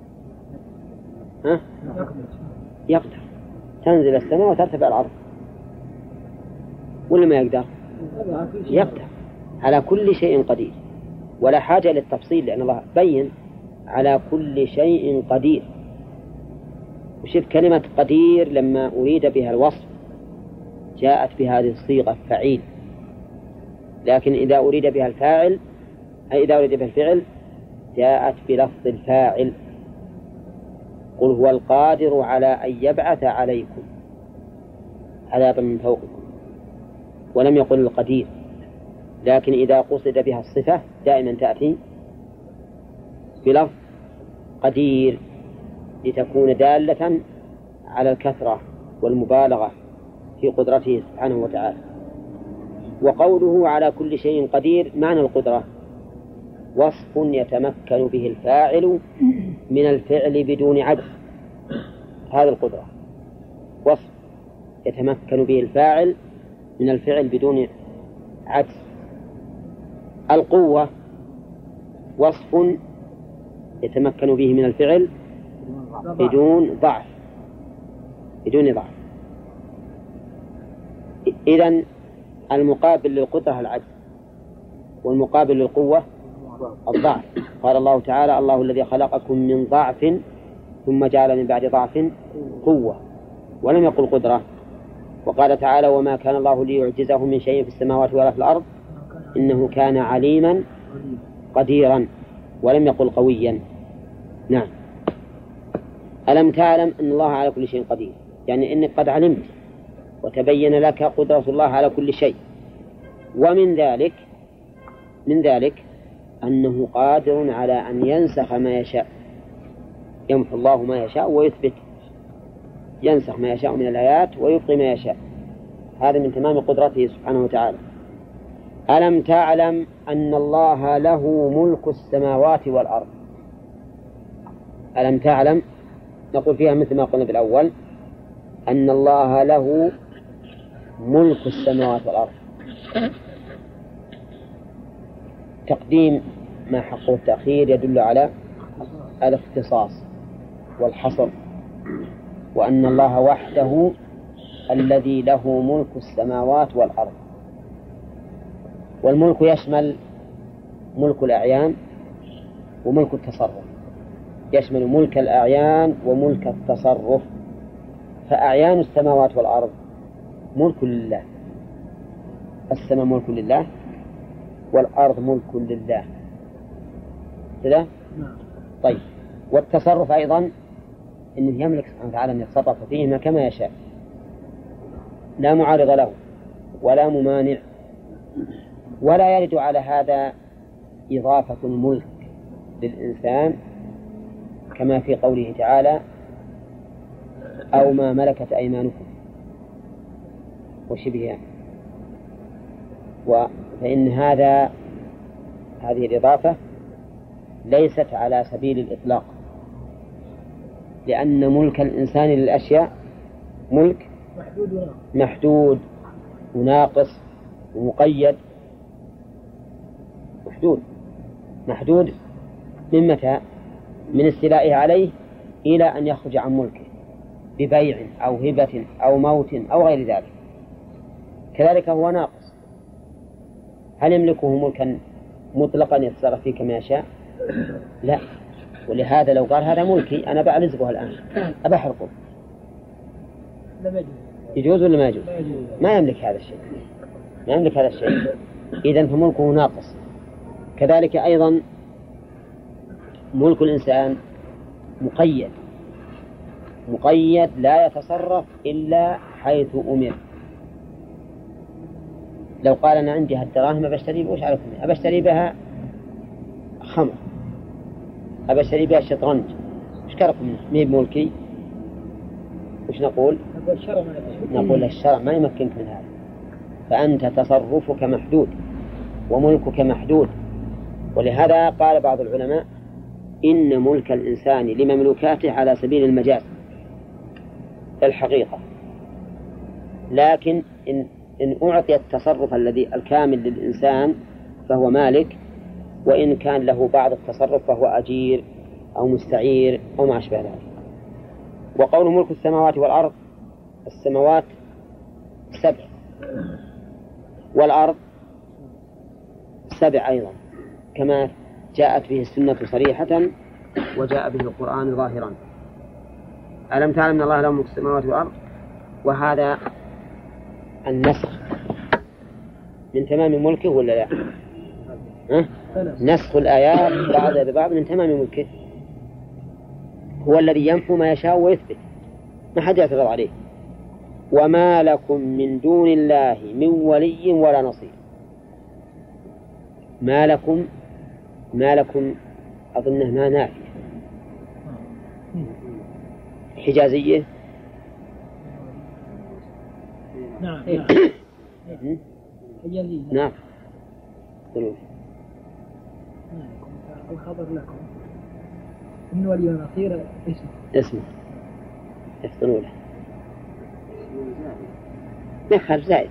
ها؟ يقدر تنزل السماء وترتفع الأرض، ولا ما يقدر؟ يقدر. على كل شيء قدير، ولا حاجة للتفصيل لأن الله بين على كل شيء قدير. وشوف كلمة قدير لما أريد بها الوصف جاءت بهذه الصيغة فعيل، لكن إذا أريد بها الفاعل أي إذا أريد بها الفعل جاءت بلفظ الفاعل. قل هو القادر على أن يبعث عليكم عذابا من فوقكم، ولم يقل القدير. لكن إذا قصد بها الصفة دائما تأتي بلفظ قدير لتكون دالة على الكثرة والمبالغة في قدرته سبحانه وتعالى. وقوله على كل شيء قدير معنى القدرة وصف يتمكن به الفاعل من الفعل بدون عجز. هذا القدرة وصف يتمكن به الفاعل من الفعل بدون عجز. القوة وصف يتمكن به من الفعل بدون ضعف بدون ضعف. إذن المقابل للقدرة العجز، والمقابل للقوة الضعف. قال الله تعالى الله الذي خلقكم من ضعف ثم جعل من بعد ضعف قوة، ولم يقل قدرة. وقال تعالى وما كان الله ليعجزه من شيء في السماوات ولا في الأرض إنه كان عليما قديرا، ولم يقل قويا. نعم. ألم تعلم أن الله على كل شيء قدير، يعني إنك قد علمت وتبين لك قدرة الله على كل شيء. ومن ذلك من ذلك أنه قادر على أن ينسخ ما يشاء، يمحو الله ما يشاء ويثبت. ينسخ ما يشاء من الآيات ويبقي ما يشاء، هذا من تمام قدرته سبحانه وتعالى. ألم تعلم أن الله له ملك السماوات والأرض؟ ألم تعلم نقول فيها مثل ما قلنا بالأول أن الله له ملك السماوات والأرض، تقديم ما حقه التأخير يدل على الاختصاص والحصر، وأن الله وحده الذي له ملك السماوات والأرض. والملك يشمل ملك الأعيان وملك التصرف، يشمل ملك الأعيان وملك التصرف. فأعيان السماوات والأرض ملك لله، السماء ملك لله والأرض ملك لله كذا؟ طيب، والتصرف أيضا إنه يملك سبحانه وتعالى أن يتصرف فيهما كما يشاء، لا معارض له ولا ممانع، ولا يرد على هذا إضافة الملك للإنسان كما في قوله تعالى أو ما ملكت أيمانكم وشبهها. فإن هذا هذه الإضافة ليست على سبيل الإطلاق، لأن ملك الإنسان للأشياء ملك محدود وناقص ومقيد. محدود محدود من متى؟ من استيلائه عليه إلى أن يخرج عن ملكه ببيع أو هبة أو موت أو غير ذلك. كذلك هو ناقص، هل يملكه ملكا مطلقا يتصرف فيه كما يشاء؟ لا. ولهذا لو قال هذا ملكي أنا بعرزقه الآن أبحرقه يجوز ولا ما يجوز؟ ما يملك هذا الشيء، ما يملك هذا الشيء، إذن فملكه ناقص. كذلك أيضا ملك الإنسان مقيد، مقيد لا يتصرف إلا حيث أمر. لو قال أنا عندي هالدراهم أبشتري بها وش عليكم؟ أبشتري بها خمر، أبشتري بها شطرنج، وش كركم مي بملكي؟ وش نقول؟ نقول الشرع ما يمكنك من هذا، فأنت تصرفك محدود وملكك محدود. ولهذا قال بعض العلماء إن ملك الإنسان لمملوكاته على سبيل المجاز الحقيقة، لكن إن, إن أعطي التصرف الذي الكامل للإنسان فهو مالك، وإن كان له بعض التصرف فهو أجير أو مستعير أو ما أشبه ذلك. وقول ملك السماوات والأرض، السماوات سبع والأرض سبع أيضا، كما جاءت به السنة صريحة وجاء به القرآن ظاهرا. ألم تعلم أن الله له ملك السماوات والأرض؟ وهذا النسخ من تمام ملكه ولا لا؟ أه؟ نسخ الآيات بعضها ببعض من تمام ملكه، هو الذي يمحو ما يشاء ويثبت، ما حد يعترض عليه. وما لكم من دون الله من ولي ولا نصير. ما لكم، ما لكم أظنه ما نافية حجازية. نعم نعم حجازية نعم. الخبر لكم من ولي ونصير اسم اسم يفطنوا له نخل زائدة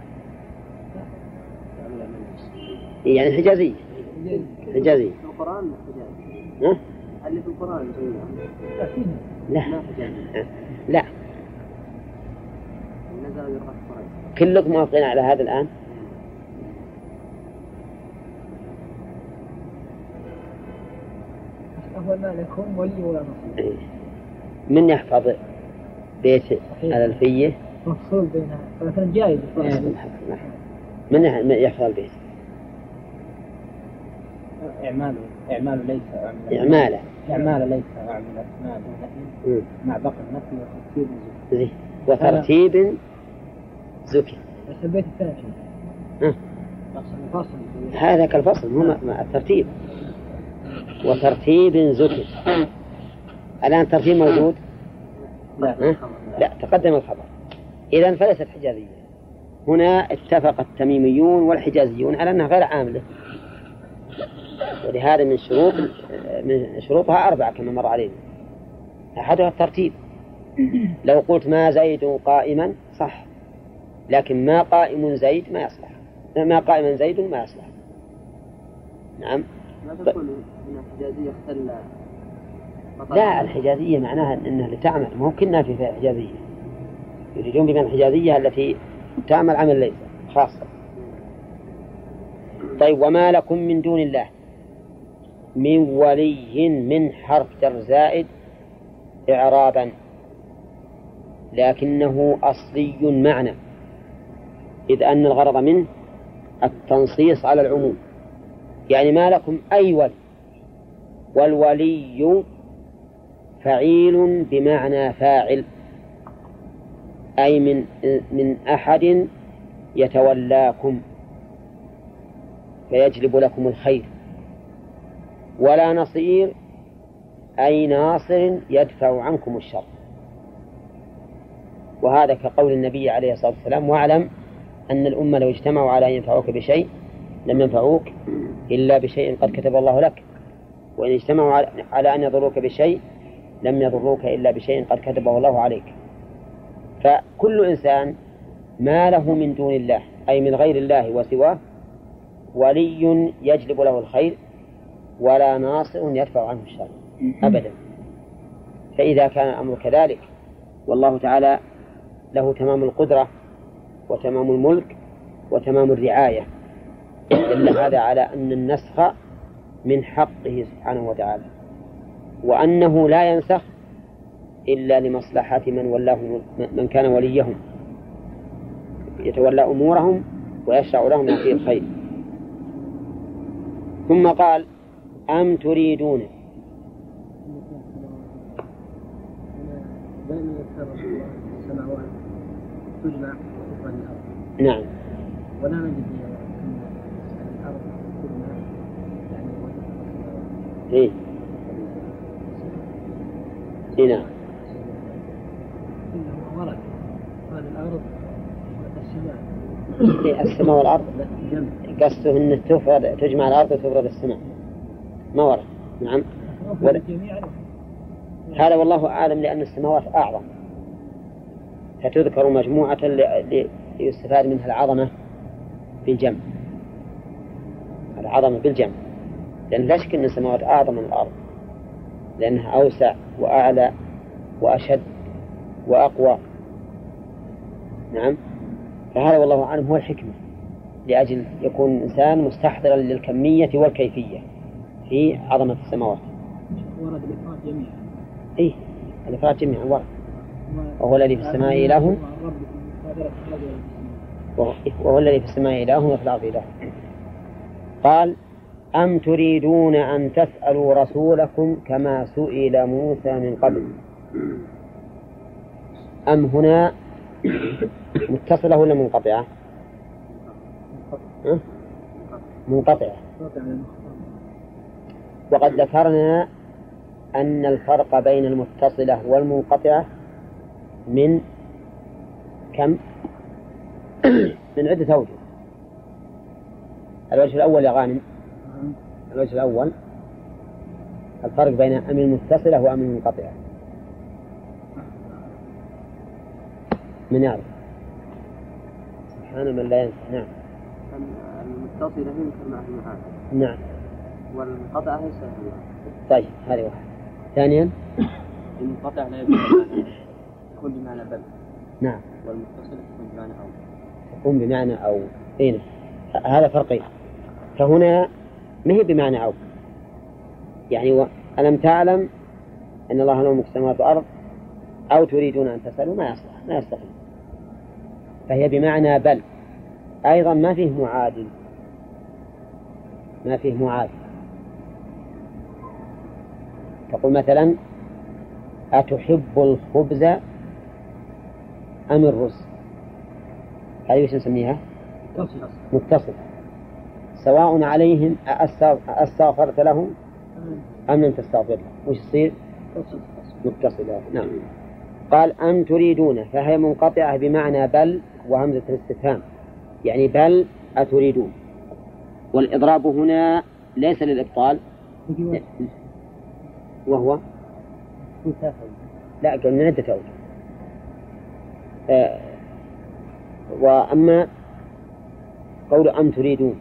يعني حجازية حجازية القرآن حجازي. ها؟ اللي في القرآن لا لا نزل كلكم موافقين على هذا الآن؟ هو ما لكم ولي ولا نصير. من يحفظ بيت الألفية مفصول بينها مثلا جائز. من يحفظ البيت؟ إعماله إعماله ليس إعماله إعماله ليس أعمل أسماء مع بقى النفي وترتيب زي وترتيب زكي. البيت الثاني فصل هذا كالفصل مو مع الترتيب وترتيب زكي. الآن ترتيب موجود؟ لا لا تقدم الخبر. إذن فليست حجازية. هنا اتفق التميميون والحجازيون على أنها غير عاملة، ولهذا من شروط من شروطها أربعة كما مر علينا. أحدها الترتيب. لو قلت ما زيد قائما صح، لكن ما قائم زيد ما يصلح، ما قائما زيد ما يصلح. نعم. ما تقول إن الحجازية اختل؟ لا، الحجازية معناها أنها لتعمل، ممكننا في الحجازية يريدون بمن الحجازية التي تعمل عمل ليس خاصة. طيب، وما لكم من دون الله من ولي من حرف جر زائد إعرابا، لكنه أصلي معنى، إذ أن الغرض منه التنصيص على العموم. يعني ما لكم أي ولي، والولي فعيل بمعنى فاعل، أي من من أحد يتولاكم فيجلب لكم الخير، ولا نصير أي ناصر يدفع عنكم الشر. وهذا كقول النبي عليه الصلاة والسلام: واعلم أن الأمة لو اجتمعوا على أن ينفعوك بشيء لم ينفعوك إلا بشيء قد كتب الله لك، وإن اجتمعوا على أن يضروك بشيء لم يضروك إلا بشيء قد كتبه الله عليك. فكل إنسان ما له من دون الله أي من غير الله وسواه ولي يجلب له الخير ولا ناصر يدفع عنه الشر أبدا. فإذا كان الأمر كذلك والله تعالى له تمام القدرة وتمام الملك وتمام الرعاية، دل هذا على أن النسخ من حقه سبحانه وتعالى، وأنه لا ينسخ إلا لمصلحة من ولاه من كان وليهم، يتولى أمورهم ويشرع لهم ما فيه الخير. ثم قال: أم تريدون السماوات تجمع وتفرد الأرض. نعم. ولا نجد أن الأرض تجمع يعني وتفرد. إيه. إيه نعم. إنه ورد فرد الأرض والسماء. إيه السماء والأرض. قصده أن تفرد تجمع الأرض وتفرد السماء ما ورد. نعم. ولا... هذا والله أعلم، لأن السماوات أعظم فتذكر مجموعة ليستفاد منها العظمة بالجمع، العظمة بالجمع، لأن لا شك أن السماوات أعظم من الأرض لأنها أوسع وأعلى وأشد وأقوى. نعم. فهذا والله أعلم هو الحكمة، لأجل يكون الإنسان مستحضرا للكمية والكيفية في عظمة السماوات. ورد الإفراد جميعا. إيه الإفراد جميعا ورد. وهو الذي في السماء إله وهو الذي في السماء إله وفي الأرض إله. قال: أم تريدون أن تسألوا رسولكم كما سئل موسى من قبل. أم هنا متصلة ولا منقطعة؟ منقطعة. وقد ذكرنا أن الفرق بين المتصلة والمنقطعة من كم؟ من عدة أوجه. الوجه الأول يا غانم، الوجه الأول الفرق بين أم المتصلة وأم المنقطعة. من يعرف؟ سبحان من لا ينسى. نعم. المتصلة يمكن معه المعاني. نعم. والمنقطعة ليس معه. طيب هذه واحد. ثانيا المنقطع لا يكون بمعنى يكون بمعنى بل. نعم. والمتصل يكون بمعنى أو. يكون بمعنى أو. هنا هذا فرقين. فهنا ما هي بمعنى أو، يعني و... ألم تعلم أن الله له ملك السماوات والأرض أو تريدون أن تسألوا ما يصلح ما يستقيم. فهي بمعنى بل، أيضا ما فيه معادل، ما فيه معادل. تقول مثلا: أتحب الخبز أم الرز؟ هذه ايش نسميها؟ متصل. سواء عليهم أستغفرت لهم أم لم تستغفر لهم، وش يصير؟ متصلة. نعم. قال أم تريدون فهي منقطعة بمعنى بل وهمزة الاستفهام، يعني بل أتريدون. والإضراب هنا ليس للإبطال وهو لا قال من عدة أوجه. آه وأما قول أم تريدون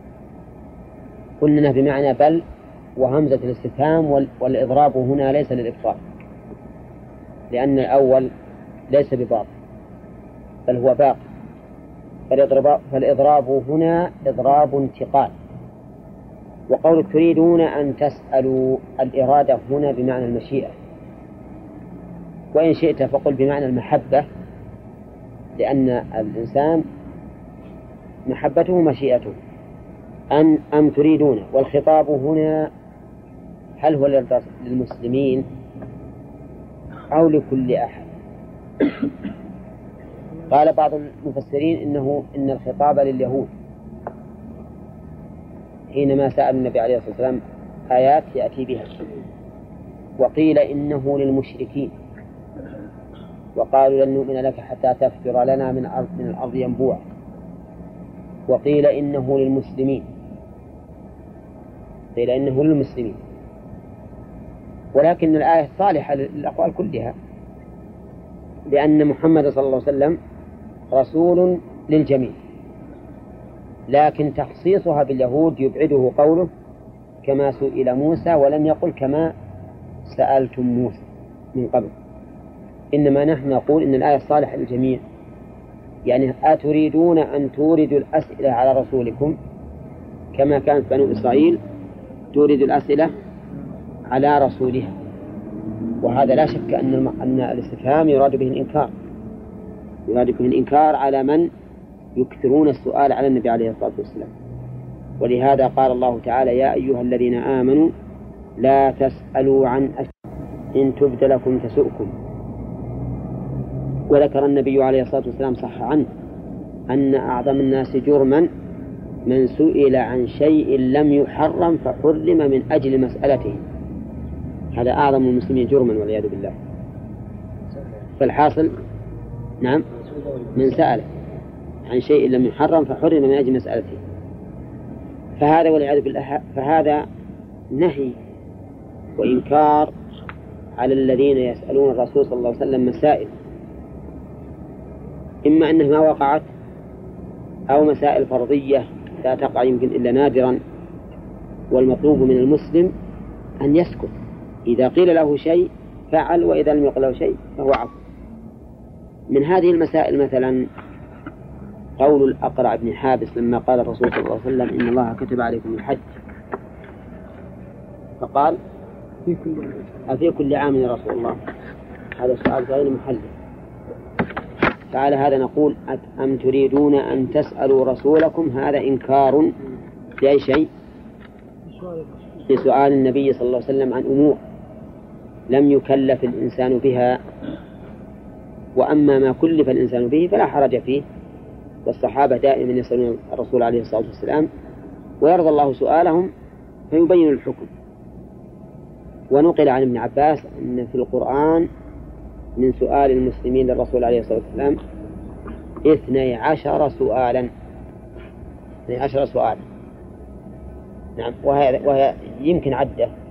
قلنا بمعنى بل وهمزة الاستفهام، والإضراب هنا ليس للإبطال لأن الأول ليس بباطل بل هو باق، فالإضراب هنا إضراب انتقال. وقول تريدون أن تسألوا الإرادة هنا بمعنى المشيئة، وإن شئت فقل بمعنى المحبة، لأن الإنسان محبته مشيئته. أن أم تريدون، والخطاب هنا هل هو للمسلمين أو لكل أحد؟ قال بعض المفسرين إنه إن الخطاب لليهود حينما سأل النبي عليه الصلاة والسلام آيات يأتي بها، وقيل إنه للمشركين وقالوا لن نؤمن لك حتى تفجر لنا من الأرض من الأرض ينبوعا، وقيل إنه للمسلمين قيل إنه للمسلمين ولكن الآية صالحة للأقوال كلها، لأن محمد صلى الله عليه وسلم رسول للجميع، لكن تخصيصها باليهود يبعده قوله كما سئل موسى ولم يقل كما سألتم موسى من قبل، إنما نحن نقول إن الآية صالحة للجميع. يعني أتريدون أن توردوا الأسئلة على رسولكم كما كانت بنو إسرائيل تورد الأسئلة على رسولها، وهذا لا شك أن أن الاستفهام يراد به الإنكار، يراد به الإنكار على من يكثرون السؤال على النبي عليه الصلاة والسلام. ولهذا قال الله تعالى يا أيها الذين آمنوا لا تسألوا عن أشياء إن تبد لكم تسؤكم. وذكر النبي عليه الصلاة والسلام صح عنه أن أعظم الناس جرما من سئل عن شيء لم يحرم فحرم من أجل مسألته، هذا أعظم المسلمين جرما والعياذ بالله. فالحاصل نعم من سأل عن شيء لم يحرم فحرم من أجل مسألته، فهذا والعياذ بالله فهذا نهي وإنكار على الذين يسألون الرسول صلى الله عليه وسلم مسائل، إما أنها ما وقعت أو مسائل فرضية لا تقع يمكن إلا نادرا، والمطلوب من المسلم أن يسكت إذا قيل له شيء فعل، وإذا لم يقل له شيء فهو عفو. من هذه المسائل مثلا قول الأقرع بن حابس لما قال الرسول صلى الله عليه وسلم إن الله كتب عليكم الحج، فقال أفي كل عام يا رسول الله؟ هذا سؤال غير محل. فعلى هذا نقول أم تريدون أن تسألوا رسولكم، هذا إنكار لأي شيء؟ لسؤال النبي صلى الله عليه وسلم عن أمور لم يكلف الإنسان بها، وأما ما كلف الإنسان به فلا حرج فيه، والصحابة دائما يسألون الرسول عليه الصلاة والسلام ويرضى الله سؤالهم فيبين الحكم. ونقل عن ابن عباس أن في القرآن من سؤال المسلمين للرسول عليه الصلاة والسلام اثني عشر سؤالا اثني عشر سؤالا نعم، وهي, وهي يمكن عدة